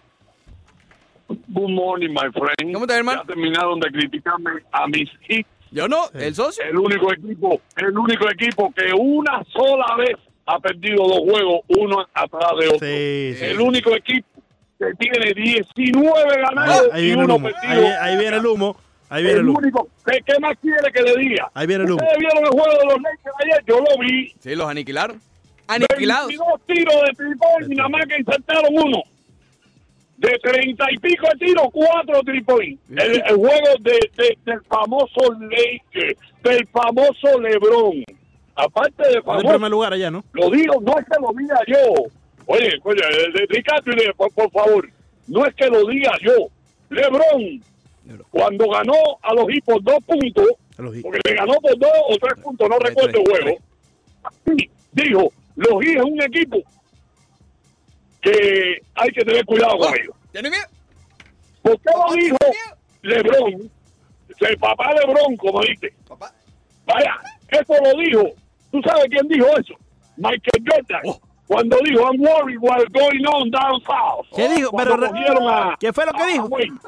Good morning, my friend. ¿Cómo estás, hermano? Ya terminaron de criticarme a mis Heat. Yo no, el socio. El único equipo que una sola vez ha perdido 2 juegos, uno atrás de otro. Sí. El único equipo que tiene 19 ganados y uno perdido. Ahí viene el humo. El único. ¿Qué más quiere que le diga? Ahí viene el humo. ¿Ustedes vieron el juego de los Lakers ayer? Yo lo vi. Sí, los aniquilaron. Aniquilados. 22 tiros de triple y nada más que insertaron uno. De 30 y pico de tiros, 4 triple. El juego del famoso Lakers, del famoso LeBron. Aparte de famoso. En primer lugar allá, ¿no? Lo digo, no es que lo diga yo. Oye, Ricardo, por favor, no es que lo diga yo. LeBron, cuando ganó a los Heat por 2 puntos, porque le ganó por 2 o 3 puntos, no recuerdo el juego, dijo, los Heat es un equipo que hay que tener cuidado con ellos. ¿Tienes miedo? ¿Por qué lo dijo LeBron? El papá LeBron, como dice. Papá. Vaya, eso lo dijo. ¿Tú sabes quién dijo eso? Michael Jordan. Cuando dijo, I'm worried what's going on down south. ¿Qué dijo? ¿Qué fue lo que dijo?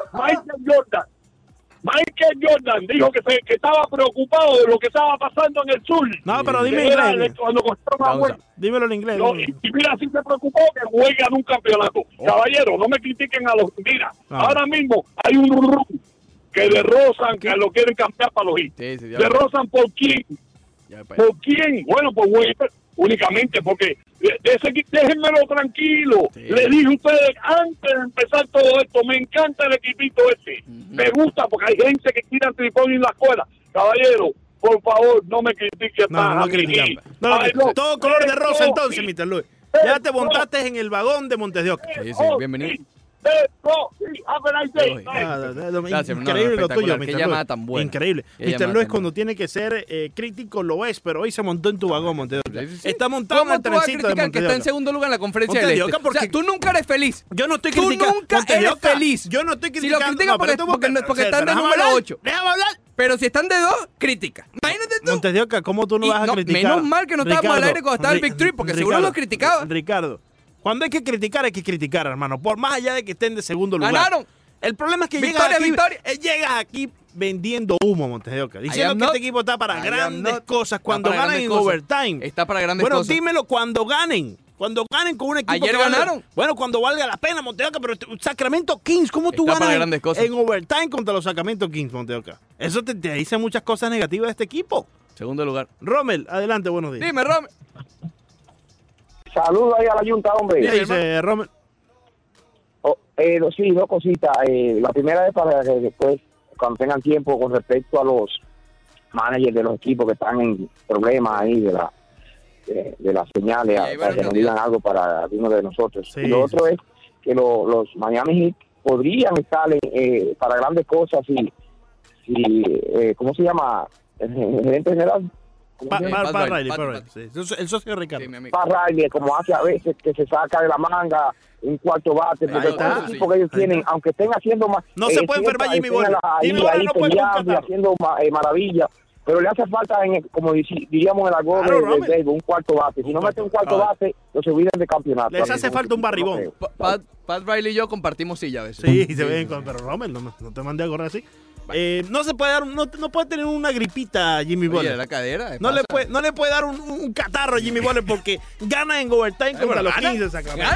Michael Jordan dijo que estaba preocupado de lo que estaba pasando en el sur. No, pero dime en inglés. Cuando dímelo en inglés. Y mira, si se preocupó que juegan un campeonato. Caballero, no me critiquen a los... Mira, ahora mismo hay un rumor que de Rosan que lo quieren cambiar para los Heat. De Rosan, ¿por quién? ¿Por quién? Bueno, pues únicamente porque déjenmelo tranquilo. Le dije a ustedes antes de empezar todo esto, me encanta el equipito este. Me gusta porque hay gente que tira tripón en la escuela. Caballero, por favor, no me critiques más. No critican. Todo color de rosa entonces, Mr. Luis. Ya te montaste en el vagón de Montes de Oca. Sí, bienvenido. Increíble lo tuyo, Qué llamada tan buena. Increíble. Mr. Luis, cuando tiene que ser crítico, lo es, pero hoy se montó en tu vagón, Monte de Oca. Está montado en el trencito de Monte que de está Oca. en segundo lugar en la conferencia del Este. Porque O sea, tú nunca eres feliz. Yo no estoy criticando. Tú nunca eres feliz. Yo no estoy Si lo criticando. critican porque están de número 8. Déjame hablar. Pero si están de 2, critica. Imagínate tú. Montes de Oca, ¿cómo tú no vas a criticar? Menos mal que no estábamos al aire cuando estaba el Big Three, porque seguro los criticaba. Ricardo, cuando hay que criticar, hermano. Por más allá de que estén de segundo lugar. Ganaron. El problema es que Victoria. llegas aquí vendiendo humo, Montes de Oca. Diciendo que este equipo está para grandes cosas. Cuando ganan en overtime. Está para grandes cosas. Bueno, dímelo cuando ganen. Cuando ganen con un equipo Ayer que ganaron. Bueno, cuando valga la pena, Monte de Oca, pero Sacramento Kings, ¿cómo tú Está para ganas grandes cosas. en overtime contra los Sacramento Kings, Monte de Oca? Eso te dice muchas cosas negativas de este equipo. Segundo lugar. Rommel, adelante, buenos días. Dime, Rommel. Saludos ahí a la Junta, hombre. ¿Qué dice Rommel? Sí, dos cositas. La primera es para que después, cuando tengan tiempo, con respecto a los managers de los equipos que están en problemas ahí de las señales, para que nos digan algo para algunos de nosotros. Sí, y lo otro es que los Miami Heat podrían estar para grandes cosas si ¿cómo se llama? El gerente general. Pat Riley, sí. El socio de Ricardo. Sí, Pat Riley, como hace a veces, que se saca de la manga un cuarto bate, porque todo el equipo que ellos tienen, aunque estén haciendo más... No se puede enfermar Jimmy Butler. Jimmy Butler no puede peleando, haciendo maravillas, pero le hace falta, como diríamos en el gol de Dave, un cuarto bate. Si no mete un cuarto bate, no se olvidan de campeonato. Les hace falta un barribón. Pat Riley y yo compartimos silla a veces. Sí, se ven pero Rommel, no te mandé a correr así. No se puede dar, no puede tener una gripita a Jimmy Butler. Oye, la cadera. No le puede dar un catarro a Jimmy Butler porque gana en overtime contra los 15 Sacramento.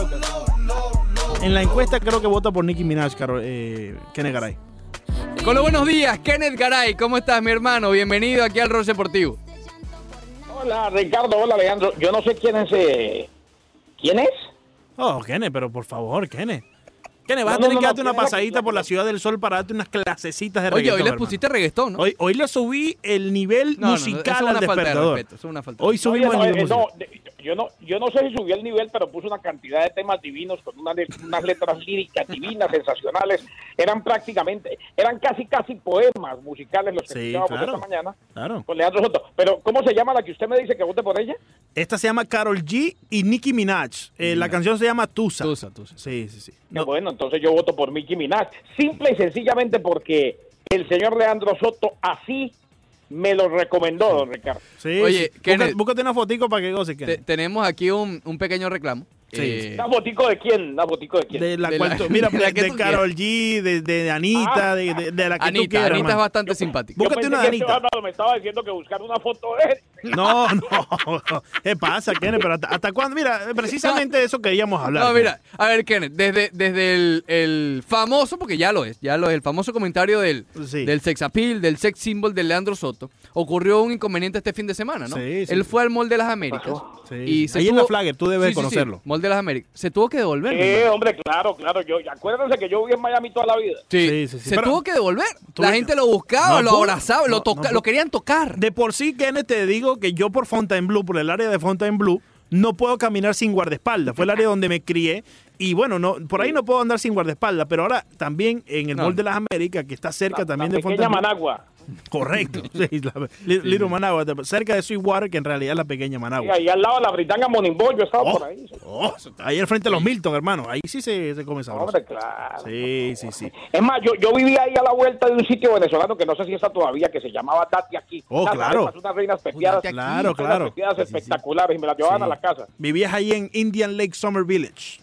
En la encuesta creo que vota por Nicki Minaj, Kenneth Garay. Con los buenos días, Kenneth Garay. ¿Cómo estás, mi hermano? Bienvenido aquí al Rol Deportivo. Hola, Ricardo. Hola, Alejandro. Yo no sé quién es. ¿Quién es? Oh, Kenneth, pero por favor, Kenneth. Kenneth, vas a tener que darte una pasadita por la Ciudad del Sol para darte unas clasecitas de reggaetón. Oye, hoy le pusiste reggaetón, ¿no? Hoy le subí el nivel musical al despertador. Eso es una falta. Hoy subimos el nivel musical. Yo no sé si subió el nivel, pero puso una cantidad de temas divinos con unas letras líricas divinas, sensacionales. Eran casi poemas musicales los que escuchábamos esta mañana. Claro. Con Leandro Soto. Pero, ¿cómo se llama la que usted me dice que vote por ella? Esta se llama Karol G y Nicki Minaj. La canción se llama Tusa. Tusa. Sí. Bueno, entonces yo voto por Nicki Minaj. Simple y sencillamente porque el señor Leandro Soto así me lo recomendó, don Ricardo. Sí. Oye, Kenneth, búscate una fotico para que goce, Kenneth. Tenemos aquí un pequeño reclamo. Sí. ¿Una fotico de quién? Mira, de Karol G, de Anita, de la que Anita, tú quieras. Anita es bastante simpática. Búscate una de Anita. Me estaba diciendo que buscar una foto de él. No. ¿Qué pasa, Kenneth? Pero ¿hasta cuándo? Mira, precisamente de eso queríamos hablar. No, mira, a ver, Kenneth, desde el famoso, porque ya lo es, el famoso comentario del sex appeal, del sex symbol de Leandro Soto, ocurrió un inconveniente este fin de semana, ¿no? Sí. Él fue al Mall de las Américas. Y ahí en la Flagger, tú debes conocerlo. Mall de las Américas. Se tuvo que devolver. Hombre, claro. Acuérdense que yo viví en Miami toda la vida. Sí. Se tuvo que devolver. La gente lo buscaba, lo abrazaba, lo querían tocar. De por sí, Kenneth, te digo que yo por Fontainebleau, por el área de Fontainebleau, no puedo caminar sin guardaespaldas. Fue el área donde me crié. Y bueno, por ahí no puedo andar sin guardaespaldas. Pero ahora también en el Mall de las Américas, que está cerca también de Fontainebleau. Managua. Correcto. Sí, Little Managua. Cerca de Sweetwater, que en realidad es la pequeña Managua. Sí, ahí al lado de la Britanga Monimbo, yo estaba por ahí. Ahí al frente de los Milton, hermano. Ahí sí se come sabroso. Hombre, claro. Sí. Es más, yo vivía ahí a la vuelta de un sitio venezolano que no sé si está todavía, que se llamaba Date Aquí. Claro. Unas reinas pepiadas. Claro. Unas pepiadas espectaculares y me las llevaban a la casa. Vivías ahí en Indian Lake Summer Village.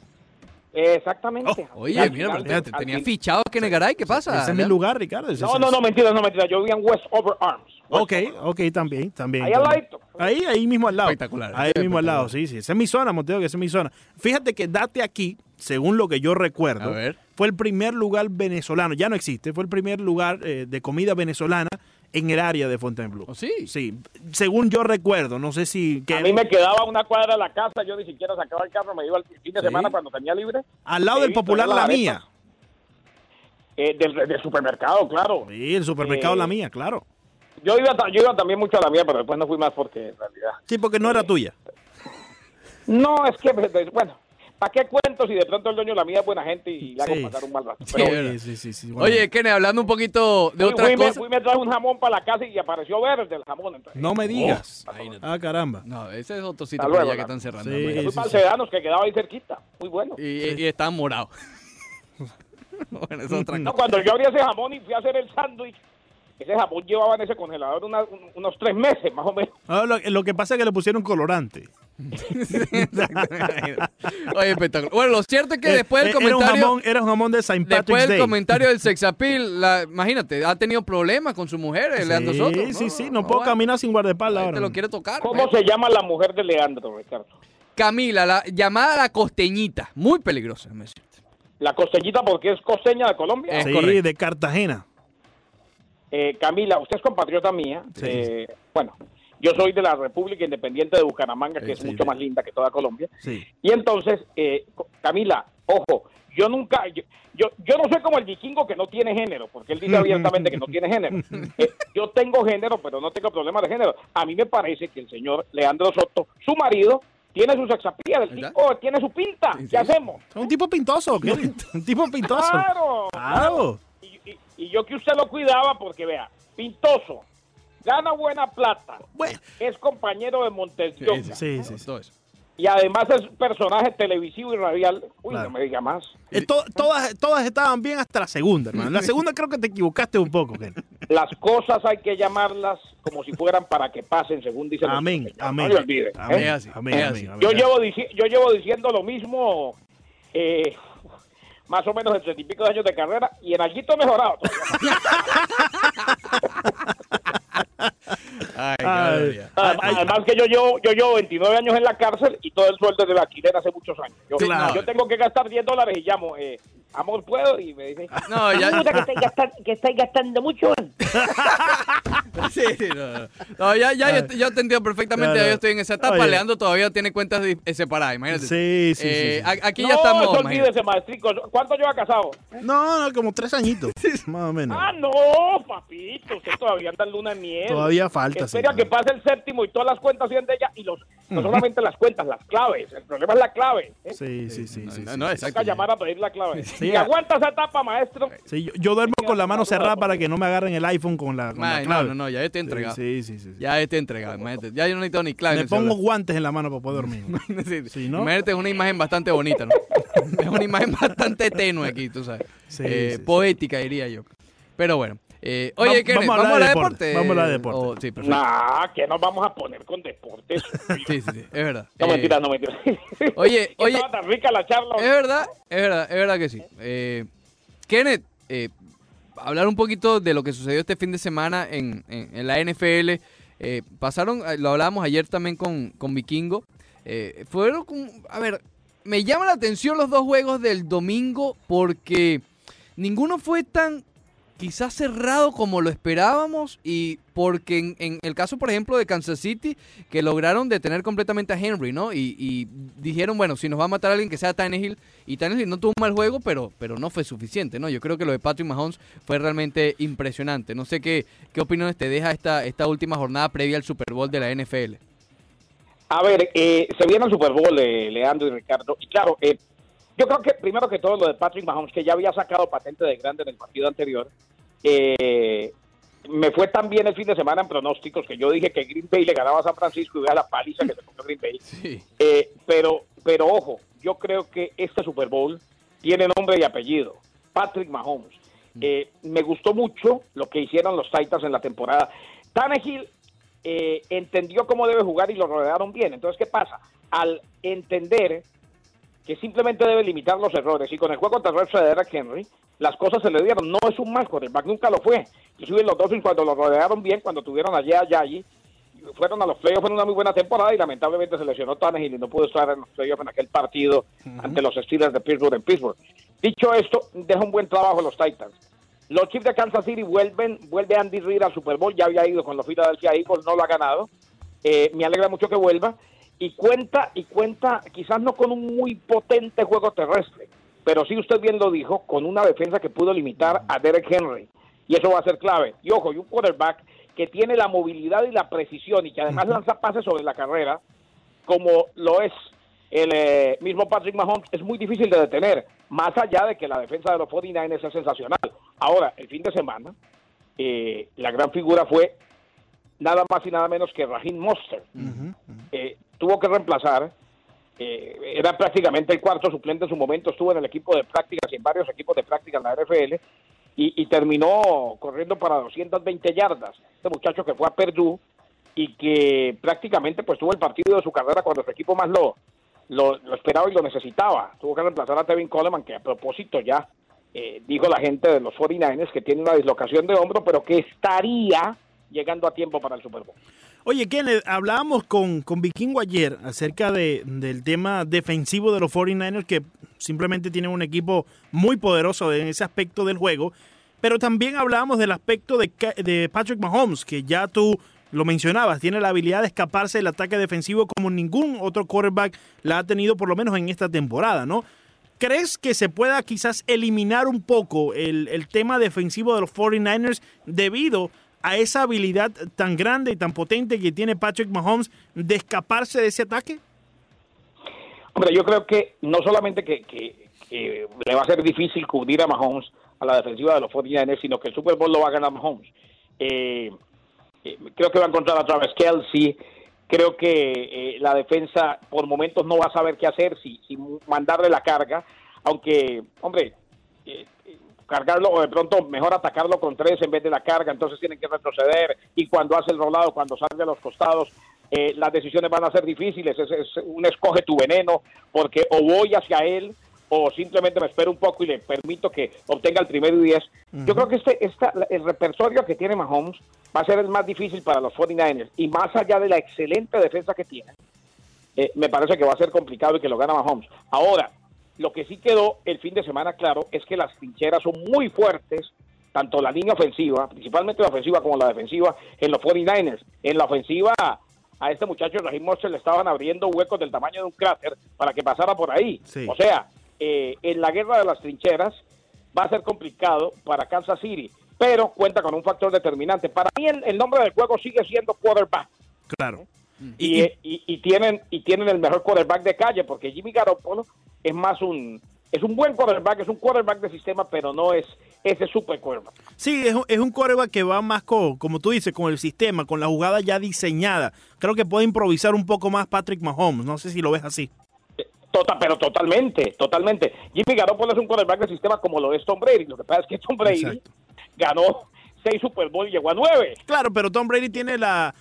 Exactamente. Oye, mira, pero tenía fichado a Kenneth Garay, ¿qué pasa? Ese es mi lugar, Ricardo. No, mentira. Yo vivía en West Over Arms. Ok, también. Ahí al lado. Ahí mismo al lado. Espectacular. Ahí mismo al lado, sí. Esa es mi zona, Monteo, que esa es mi zona. Fíjate que Date Aquí, según lo que yo recuerdo, fue el primer lugar venezolano, ya no existe, fue el primer lugar de comida venezolana en el área de Fontainebleau. ¿Oh, sí? Sí, según yo recuerdo, no sé si... A mí me quedaba una cuadra de la casa, yo ni siquiera sacaba el carro, me iba el fin de semana cuando tenía libre. Al lado del Popular La Mía. Del supermercado, claro. Sí, el supermercado La Mía, claro. Yo iba también mucho a La Mía, pero después no fui más porque en realidad... Sí, porque no era tuya. No, es que, bueno, ¿Para qué cuento si de pronto el dueño de la mía es buena gente y le hago pasar un mal rato? Sí. Bueno. Oye, Kenneth, hablando un poquito de otras cosas. Me traje un jamón para la casa y apareció verde el jamón. Entonces, no me digas. Caramba. No, ese es otro sitio que están cerrando. Fui para el Sedanos, que quedaba ahí cerquita. Muy bueno. Y estaban morados. Bueno, es otra cosa. No, cuando yo abrí ese jamón y fui a hacer el sándwich, ese jamón llevaba en ese congelador unos 3 meses, más o menos. Lo que pasa es que le pusieron colorante. Oye, espectacular. Bueno, lo cierto es que después del comentario... Era un jamón de St. Patrick's Después del Day. comentario del sex appeal, imagínate, ha tenido problemas con su mujer, Leandro Soto. Sí, no puedo caminar sin guardaespaldas ahora. Te lo quiere tocar. ¿Cómo se llama la mujer de Leandro, Ricardo? Camila, la llamada la costeñita, muy peligrosa, me decía. La costeñita porque es costeña de Colombia. Sí, de Cartagena. Camila, usted es compatriota mía. Sí. Bueno, yo soy de la República Independiente de Bucaramanga, que es mucho más linda que toda Colombia. Sí. Y entonces, Camila, ojo, yo no soy como el vikingo que no tiene género, porque él dice abiertamente que no tiene género. Yo tengo género, pero no tengo problemas de género. A mí me parece que el señor Leandro Soto, su marido, tiene su sexapía, el tipo tiene su pinta. ¿Qué hacemos? Es un tipo pintoso, ¿qué? Un tipo pintoso. Claro. Y yo que usted lo cuidaba porque, vea, pintoso, gana buena plata, es compañero de Montes de Oca. Sí. Todo eso. Y además es personaje televisivo y radial. Claro. No me diga más. Todas estaban bien hasta la segunda, hermano. La segunda creo que te equivocaste un poco, Ken. Las cosas hay que llamarlas como si fueran para que pasen, según dicen los amén. No se olvide. Amén. Yo llevo diciendo lo mismo más o menos en 30 y pico de años de carrera y en alguito he mejorado. Además que yo llevo 29 años en la cárcel y todo el sueldo de la alquiler hace muchos años. Yo tengo que gastar $10 y llamo, amor, ¿puedo? Y me dicen, no, ya que estáis gastando mucho. Yo te entiendo perfectamente. Yo estoy en esa etapa. Oye. Leandro todavía tiene cuentas separadas, imagínate. Sí. Aquí ya estamos. No, olvídese, maestrico. ¿Cuánto lleva casado? No, como 3 añitos, más o menos. No, papito, usted todavía anda en luna de miel. Todavía falta. Espera que pase el séptimo y todas las cuentas sean de ella y no solamente las cuentas, las claves. El problema es la clave. Sí. No, exacto. Hay que llamar a pedir la clave. Sí, y aguanta esa etapa, maestro. Sí, yo duermo con la mano cerrada para que no me agarren el iPhone con la clave. No, ya te he entregado. Sí. Ya te he entregado, imagínate. Ya yo no necesito ni clave. Me pongo guantes en la mano para poder dormir. Sí, ¿no? Imagínate, es una imagen bastante bonita, ¿no? Es una imagen bastante tenue aquí, tú sabes. Poética, diría yo. Pero bueno. Oye, Kenneth, ¿vamos a hablar de deporte? Vamos a hablar de deporte. Sí, perfecto. ¿Qué nos vamos a poner con deportes? Sí, es verdad. No mentira. Oye. Estaba tan rica la charla. Es verdad que sí. Kenneth, hablar un poquito de lo que sucedió este fin de semana en la NFL. Lo hablábamos ayer también con Vikingo. Me llama la atención los 2 juegos del domingo porque ninguno fue tan quizás cerrado como lo esperábamos y porque en el caso, por ejemplo, de Kansas City, que lograron detener completamente a Henry, ¿no? Y dijeron, bueno, si nos va a matar a alguien que sea Tannehill, y Tannehill no tuvo un mal juego, pero no fue suficiente, ¿no? Yo creo que lo de Patrick Mahomes fue realmente impresionante. No sé qué opiniones te deja esta última jornada previa al Super Bowl de la NFL. A ver, se viene el Super Bowl, Leandro y Ricardo, y claro, yo creo que primero que todo lo de Patrick Mahomes, que ya había sacado patente de grande en el partido anterior, me fue tan bien el fin de semana en pronósticos que yo dije que Green Bay le ganaba a San Francisco y vea la paliza que se comió Green Bay. Sí. Pero ojo, yo creo que este Super Bowl tiene nombre y apellido, Patrick Mahomes. Me gustó mucho lo que hicieron los Titans en la temporada. Tannehill entendió cómo debe jugar y lo rodearon bien. Entonces, ¿qué pasa? Al entender que simplemente debe limitar los errores y con el juego terrestre de Derrick Henry, las cosas se le dieron. No es un mal quarterback, nunca lo fue. Inclusive los Dolphins cuando lo rodearon bien, cuando tuvieron allí a Yayi, fueron a los playoffs en una muy buena temporada y lamentablemente se lesionó Tannehill y no pudo estar en los playoffs en aquel partido ante los Steelers de Pittsburgh en Pittsburgh. Dicho esto, deja un buen trabajo los Titans. Los Chiefs de Kansas City vuelve Andy Reid al Super Bowl, ya había ido con los Philadelphia Eagles, no lo ha ganado. Me alegra mucho que vuelva. Y cuenta, quizás no con un muy potente juego terrestre, pero sí usted bien lo dijo, con una defensa que pudo limitar a Derrick Henry. Y eso va a ser clave. Y ojo, y un quarterback que tiene la movilidad y la precisión y que además lanza pases sobre la carrera, como lo es el mismo Patrick Mahomes es muy difícil de detener, más allá de que la defensa de los 49ers es sensacional. Ahora, el fin de semana, la gran figura fue nada más y nada menos que Raheem Mostert. Tuvo que reemplazar, era prácticamente el cuarto suplente en su momento, estuvo en el equipo de prácticas y en varios equipos de prácticas en la NFL, y terminó corriendo para 220 yardas. Este muchacho que fue a Purdue y que prácticamente pues tuvo el partido de su carrera cuando su equipo más lo esperaba y lo necesitaba. Tuvo que reemplazar a Tevin Coleman, que a propósito ya dijo la gente de los 49ers que tiene una dislocación de hombro, pero que estaría llegando a tiempo para el Super Bowl. Oye, Kenneth, hablábamos con Vikingo ayer acerca del tema defensivo de los 49ers, que simplemente tienen un equipo muy poderoso en ese aspecto del juego, pero también hablábamos del aspecto de Patrick Mahomes, que ya tú lo mencionabas, tiene la habilidad de escaparse del ataque defensivo como ningún otro quarterback la ha tenido, por lo menos en esta temporada, ¿no? ¿Crees que se pueda quizás eliminar un poco el tema defensivo de los 49ers debido a esa habilidad tan grande y tan potente que tiene Patrick Mahomes de escaparse de ese ataque? Hombre, yo creo que no solamente que le va a ser difícil cubrir a Mahomes a la defensiva de los 49ers, sino que el Super Bowl lo va a ganar Mahomes. Creo que va a encontrar a Travis Kelce. Creo que la defensa por momentos no va a saber qué hacer si mandarle la carga, aunque, hombre, cargarlo o de pronto mejor atacarlo con 3 en vez de la carga, entonces tienen que retroceder, y cuando hace el rolado, cuando sale a los costados, las decisiones van a ser difíciles. Es un escoge tu veneno, porque o voy hacia él o simplemente me espero un poco y le permito que obtenga el primero y 10. Yo creo que el repertorio que tiene Mahomes va a ser el más difícil para los 49ers, y más allá de la excelente defensa que tiene, me parece que va a ser complicado y que lo gana Mahomes. Ahora, lo que sí quedó el fin de semana claro es que las trincheras son muy fuertes, tanto la línea ofensiva, principalmente la ofensiva, como la defensiva en los 49ers. En la ofensiva, a este muchacho Raheem Mostert le estaban abriendo huecos del tamaño de un cráter para que pasara por ahí. Sí. O sea, en la guerra de las trincheras va a ser complicado para Kansas City, pero cuenta con un factor determinante. Para mí el nombre del juego sigue siendo quarterback. Claro. Y tienen el mejor quarterback de calle, porque Jimmy Garoppolo es un buen quarterback, es un quarterback de sistema, pero no es ese super quarterback. Sí, es un quarterback que va más como tú dices, con el sistema, con la jugada ya diseñada. Creo que puede improvisar un poco más Patrick Mahomes. No sé si lo ves así. Pero totalmente. Jimmy Garoppolo es un quarterback de sistema como lo es Tom Brady. Lo que pasa es que Tom Brady ganó 6 Super Bowl y llegó a 9. Claro, pero Tom Brady tiene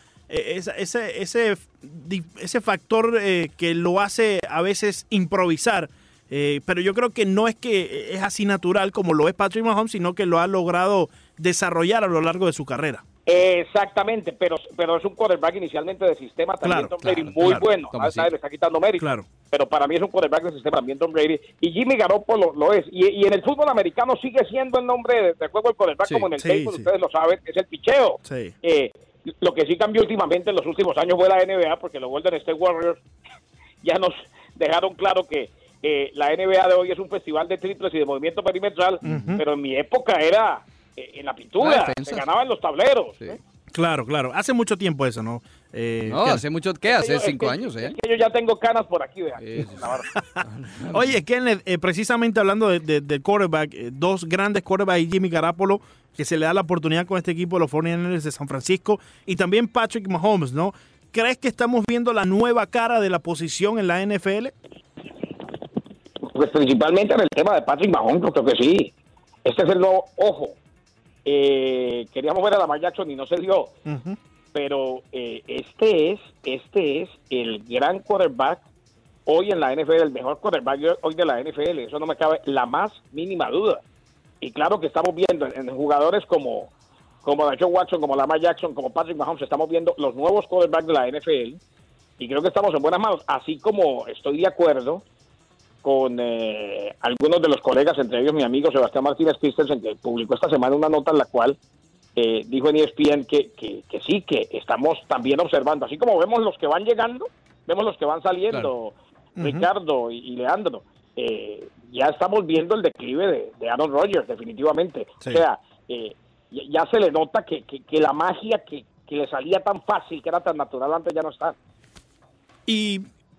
ese factor que lo hace a veces improvisar. Pero yo creo que no es que es así natural como lo es Patrick Mahomes, sino que lo ha logrado desarrollar a lo largo de su carrera. Exactamente, pero es un quarterback inicialmente de sistema también. Tom Brady muy bueno. Le está quitando mérito. Claro. Pero para mí es un quarterback de sistema también Tom Brady. Y Jimmy Garoppolo lo es. Y en el fútbol americano sigue siendo el nombre de juego del quarterback, como en el béisbol, ustedes lo saben, es el picheo. Sí. Lo que sí cambió últimamente en los últimos años fue la NBA, porque los Golden State Warriors ya nos dejaron claro que la NBA de hoy es un festival de triples y de movimiento perimetral, pero en mi época era en la pintura, se ganaba en los tableros. Sí. Claro. Hace mucho tiempo eso, ¿no? Hace mucho, ¿qué? Hace 5 años, Es que yo ya tengo canas por aquí, vean. Oye, Kenneth, precisamente hablando de quarterback, 2 grandes quarterbacks, Jimmy Garoppolo, que se le da la oportunidad con este equipo de los 49ers de San Francisco, y también Patrick Mahomes, ¿no? ¿Crees que estamos viendo la nueva cara de la posición en la NFL? Pues principalmente en el tema de Patrick Mahomes, creo que sí. Este es el nuevo ojo. Queríamos ver a Lamar Jackson y no se dio. Pero este es el gran quarterback hoy en la NFL, el mejor quarterback hoy de la NFL. Eso no me cabe la más mínima duda. Y claro que estamos viendo en jugadores como Deshaun Watson, como Lamar Jackson, como Patrick Mahomes, estamos viendo los nuevos quarterbacks de la NFL. Y creo que estamos en buenas manos. Así como estoy de acuerdo con algunos de los colegas, entre ellos mi amigo Sebastián Martínez Christensen, que publicó esta semana una nota en la cual dijo en ESPN que sí, que estamos también observando, así como vemos los que van llegando, vemos los que van saliendo, claro. Ricardo y Leandro, ya estamos viendo el declive de Aaron Rodgers, definitivamente. Sí. O sea, ya se le nota que la magia que le salía tan fácil, que era tan natural antes, ya no está. Y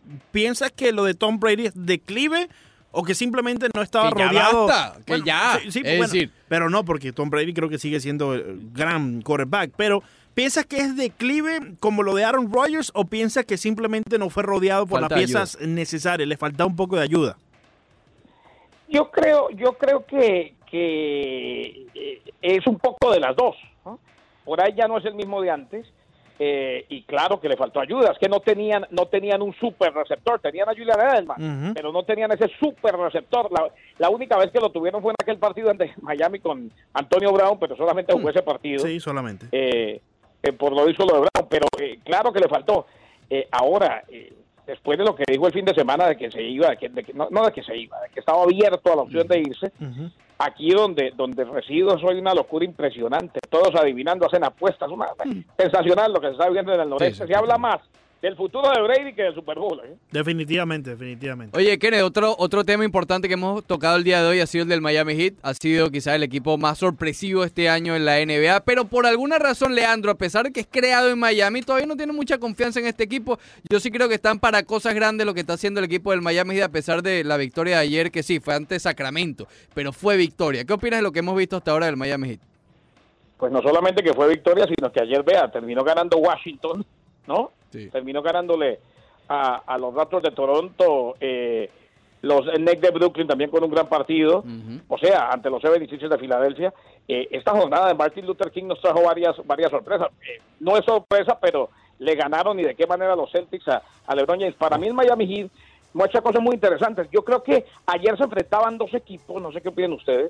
¿piensas que lo de Tom Brady es declive o que simplemente no estaba que rodeado? Ya basta, que bueno, ya. Sí, es decir, pero no, porque Tom Brady creo que sigue siendo gran quarterback. Pero ¿piensas que es declive como lo de Aaron Rodgers o piensas que simplemente no fue rodeado por las piezas necesarias? Le faltaba un poco de ayuda. Yo creo que es un poco de las dos, ¿no? Por ahí ya no es el mismo de antes, y claro que le faltó ayuda. Es que no tenían un super receptor, tenían a Julian Edelman, pero no tenían ese super receptor. La única vez que lo tuvieron fue en aquel partido ante Miami con Antonio Brown, pero solamente jugó ese partido. Sí, solamente. Por lo hizo lo de Brown, pero claro que le faltó. Ahora, después de lo que dijo el fin de semana de que se iba, de que estaba abierto a la opción de irse, aquí donde resido soy una locura impresionante, todos adivinando, hacen apuestas, sensacional lo que se está viendo en el noreste. Se habla más del futuro de Brady que del Super Bowl. Definitivamente. Oye, Kenneth, otro tema importante que hemos tocado el día de hoy ha sido el del Miami Heat. Ha sido quizás el equipo más sorpresivo este año en la NBA, pero por alguna razón, Leandro, a pesar de que es creado en Miami, todavía no tiene mucha confianza en este equipo. Yo sí creo que están para cosas grandes lo que está haciendo el equipo del Miami Heat, a pesar de la victoria de ayer, que sí, fue ante Sacramento, pero fue victoria. ¿Qué opinas de lo que hemos visto hasta ahora del Miami Heat? Pues no solamente que fue victoria, sino que ayer, terminó ganando Washington, ¿no? Sí. Terminó ganándole a los Raptors de Toronto, los Knicks de Brooklyn también con un gran partido, o sea, ante los 76ers de Filadelfia. Esta jornada de Martin Luther King nos trajo varias sorpresas. No es sorpresa, pero le ganaron y de qué manera los Celtics a LeBron James. Para mí el Miami Heat muestra cosas muy interesantes. Yo creo que ayer se enfrentaban dos equipos, no sé qué opinan ustedes,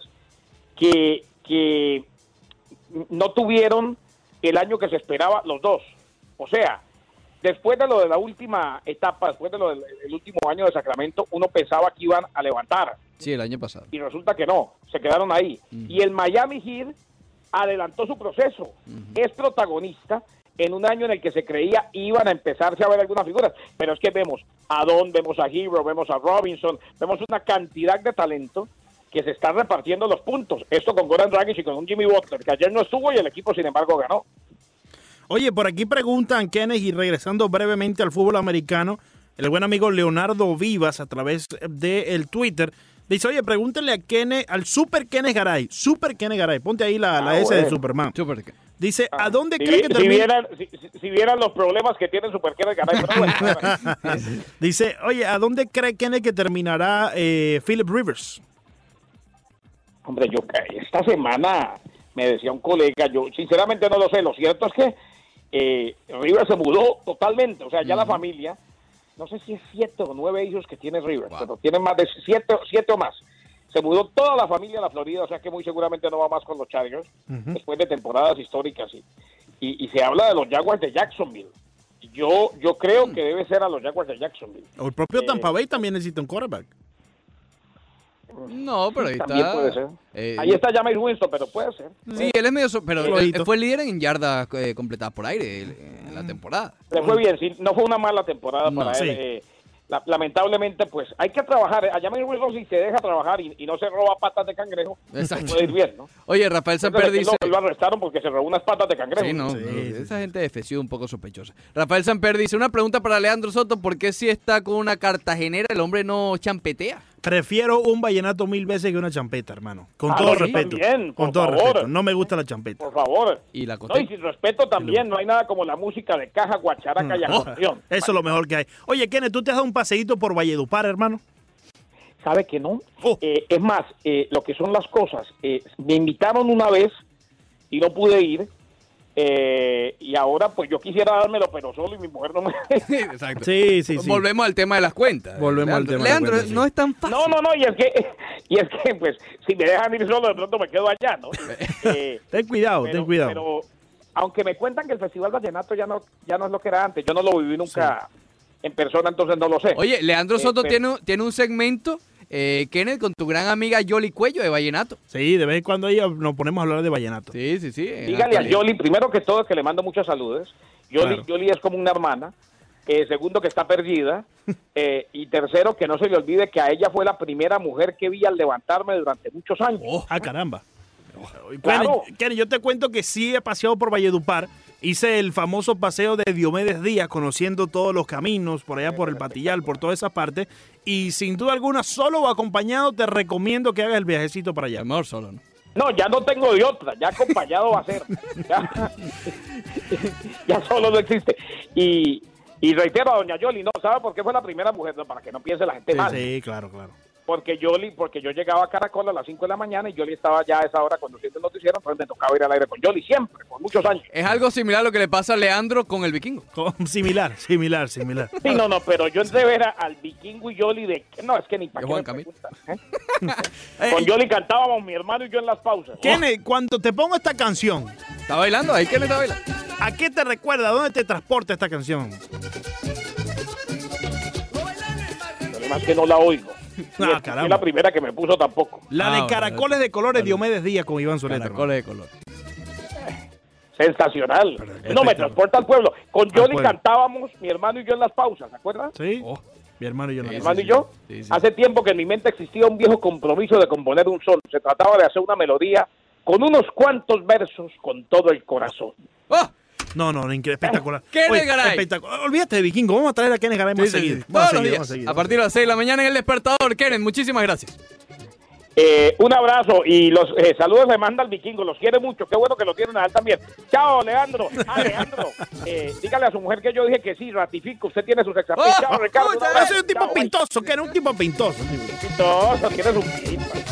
que no tuvieron el año que se esperaba los dos. O sea, después de lo de la última etapa, después de lo del último año de Sacramento, uno pensaba que iban a levantar. Sí, el año pasado. Y resulta que no, se quedaron ahí. Y el Miami Heat adelantó su proceso. Es protagonista en un año en el que se creía iban a empezarse a ver algunas figuras. Pero es que vemos a Don, vemos a Hero, vemos a Robinson, vemos una cantidad de talento que se están repartiendo los puntos. Esto con Goran Dragic y con un Jimmy Butler, que ayer no estuvo y el equipo, sin embargo, ganó. Oye, por aquí preguntan, Kenneth, y regresando brevemente al fútbol americano, el buen amigo Leonardo Vivas, a través del Twitter, dice, oye, pregúntale a Kenneth, al Super Kenneth Garay, ponte ahí la S de Superman. Dice, ¿a dónde cree que termina? Si vieran los problemas que tiene Super Kenneth Garay. Bueno. Dice, oye, ¿a dónde cree Kenneth que terminará Philip Rivers? Hombre, esta semana me decía un colega, yo sinceramente no lo sé, lo cierto es que Rivers se mudó totalmente, o sea, ya la familia, no sé si es 7 o 9 hijos que tiene Rivers, pero tiene más de 7 o más. Se mudó toda la familia a la Florida, o sea que muy seguramente no va más con los Chargers, después de temporadas históricas, y se habla de los Jaguars de Jacksonville. Yo creo que debe ser a los Jaguars de Jacksonville. O el propio Tampa Bay también necesita un quarterback. No, pero ahí también está. Puede ser. Ahí está Jameis Winston, pero puede ser. Sí, él es medio... pero él fue líder en yardas completadas por aire en la temporada. Le fue bien, sí, no fue una mala temporada para él. Lamentablemente, pues hay que trabajar. A Jameis Winston, si se deja trabajar y no se roba patas de cangrejo, puede ir bien, ¿no? Oye, Rafael Samper dice... Lo arrestaron porque se robó unas patas de cangrejo. Sí, no, esa gente de FSU un poco sospechosa. Rafael Samper dice, una pregunta para Leandro Soto, ¿por qué si está con una cartagenera el hombre no champetea? Prefiero un vallenato 1000 veces que una champeta, hermano. Con todo respeto. También, con todo respeto. No me gusta la champeta. Por favor. Y la y sin respeto también. No hay nada como la música de caja, guacharaca y acordeón. Eso es lo mejor que hay. Oye, Kenneth, ¿tú te has dado un paseíto por Valledupar, hermano? ¿Sabe que no? Es más, lo que son las cosas. Me invitaron una vez y no pude ir. Y ahora pues yo quisiera dármelo pero solo y mi mujer no me... Exacto. Sí. Volvemos al tema de las cuentas. Leandro, no es tan fácil. No, y es que pues si me dejan ir solo de pronto me quedo allá, ¿no? Ten cuidado. Pero aunque me cuentan que el Festival Vallenato ya no es lo que era antes, yo no lo viví nunca en persona, entonces no lo sé. Oye, Leandro Soto tiene un segmento, Kenneth, con tu gran amiga Yoli Cuello de Vallenato. Sí, de vez en cuando ahí nos ponemos a hablar de Vallenato. Sí. Dígale a Yoli, primero que todo, que le mando muchas saludes. Yoli es como una hermana. Segundo, que está perdida. Y tercero, que no se le olvide que a ella fue la primera mujer que vi al levantarme durante muchos años. ¡Ah, caramba! Claro. Kenny, yo te cuento que sí he paseado por Valledupar. Hice el famoso paseo de Diomedes Díaz, conociendo todos los caminos, por allá por el Patillal, por todas esas partes. Y sin duda alguna, solo o acompañado, te recomiendo que hagas el viajecito para allá. Mejor solo, ¿no? No, ya no tengo de otra, ya acompañado va a ser. Ya solo no existe. Y reitero a doña Yoli, no, ¿sabe por qué fue la primera mujer? No, para que no piense la gente mal. Sí, claro. Porque yo llegaba a Caracol a las 5 de la mañana y Yoli estaba ya a esa hora conduciendo el noticiero, entonces me tocaba ir al aire con Yoli siempre, por muchos años. Es algo similar a lo que le pasa a Leandro con el Vikingo. Similar. Sí, no, pero yo entré a ver al Vikingo y Yoli de... No, es que ni para qué me preguntan, ¿eh? Con Yoli cantábamos mi hermano y yo en las pausas. Kenny, cuando te pongo esta canción... ¿Está bailando? ¿Ahí Kenny está bailando? ¿A qué te recuerda? ¿A dónde te transporta esta canción? Además que no la oigo. No, caramba. Es la primera que me puso tampoco. La de Caracoles de Colores, Diomedes Díaz con Iván Soleta. Caracoles de color. Sensacional. No, me transporta al pueblo. Con Yoli cantábamos mi hermano y yo en las pausas, ¿se acuerdan? Sí. Mi hermano y yo. Mi hermano y yo. Sí. Hace tiempo que en mi mente existía un viejo compromiso de componer un son. Se trataba de hacer una melodía con unos cuantos versos con todo el corazón. ¡Oh! No, espectacular. Kenny Garay. Espectacular. Olvídate de Vikingo, vamos a traer a Kenny Garay más seguido. Todos los días. A partir de las 6 de la mañana en El Despertador. Kenneth, muchísimas gracias. Un abrazo y los saludos le manda al Vikingo, los quiere mucho, qué bueno que lo tienen a él también. Chao, Leandro. Leandro, dígale a su mujer que yo dije que sí, ratifico, usted tiene sus exámenes. Chao, Ricardo. Soy un tipo pintoso, que era un tipo pintoso. Pintoso, tiene su pinta.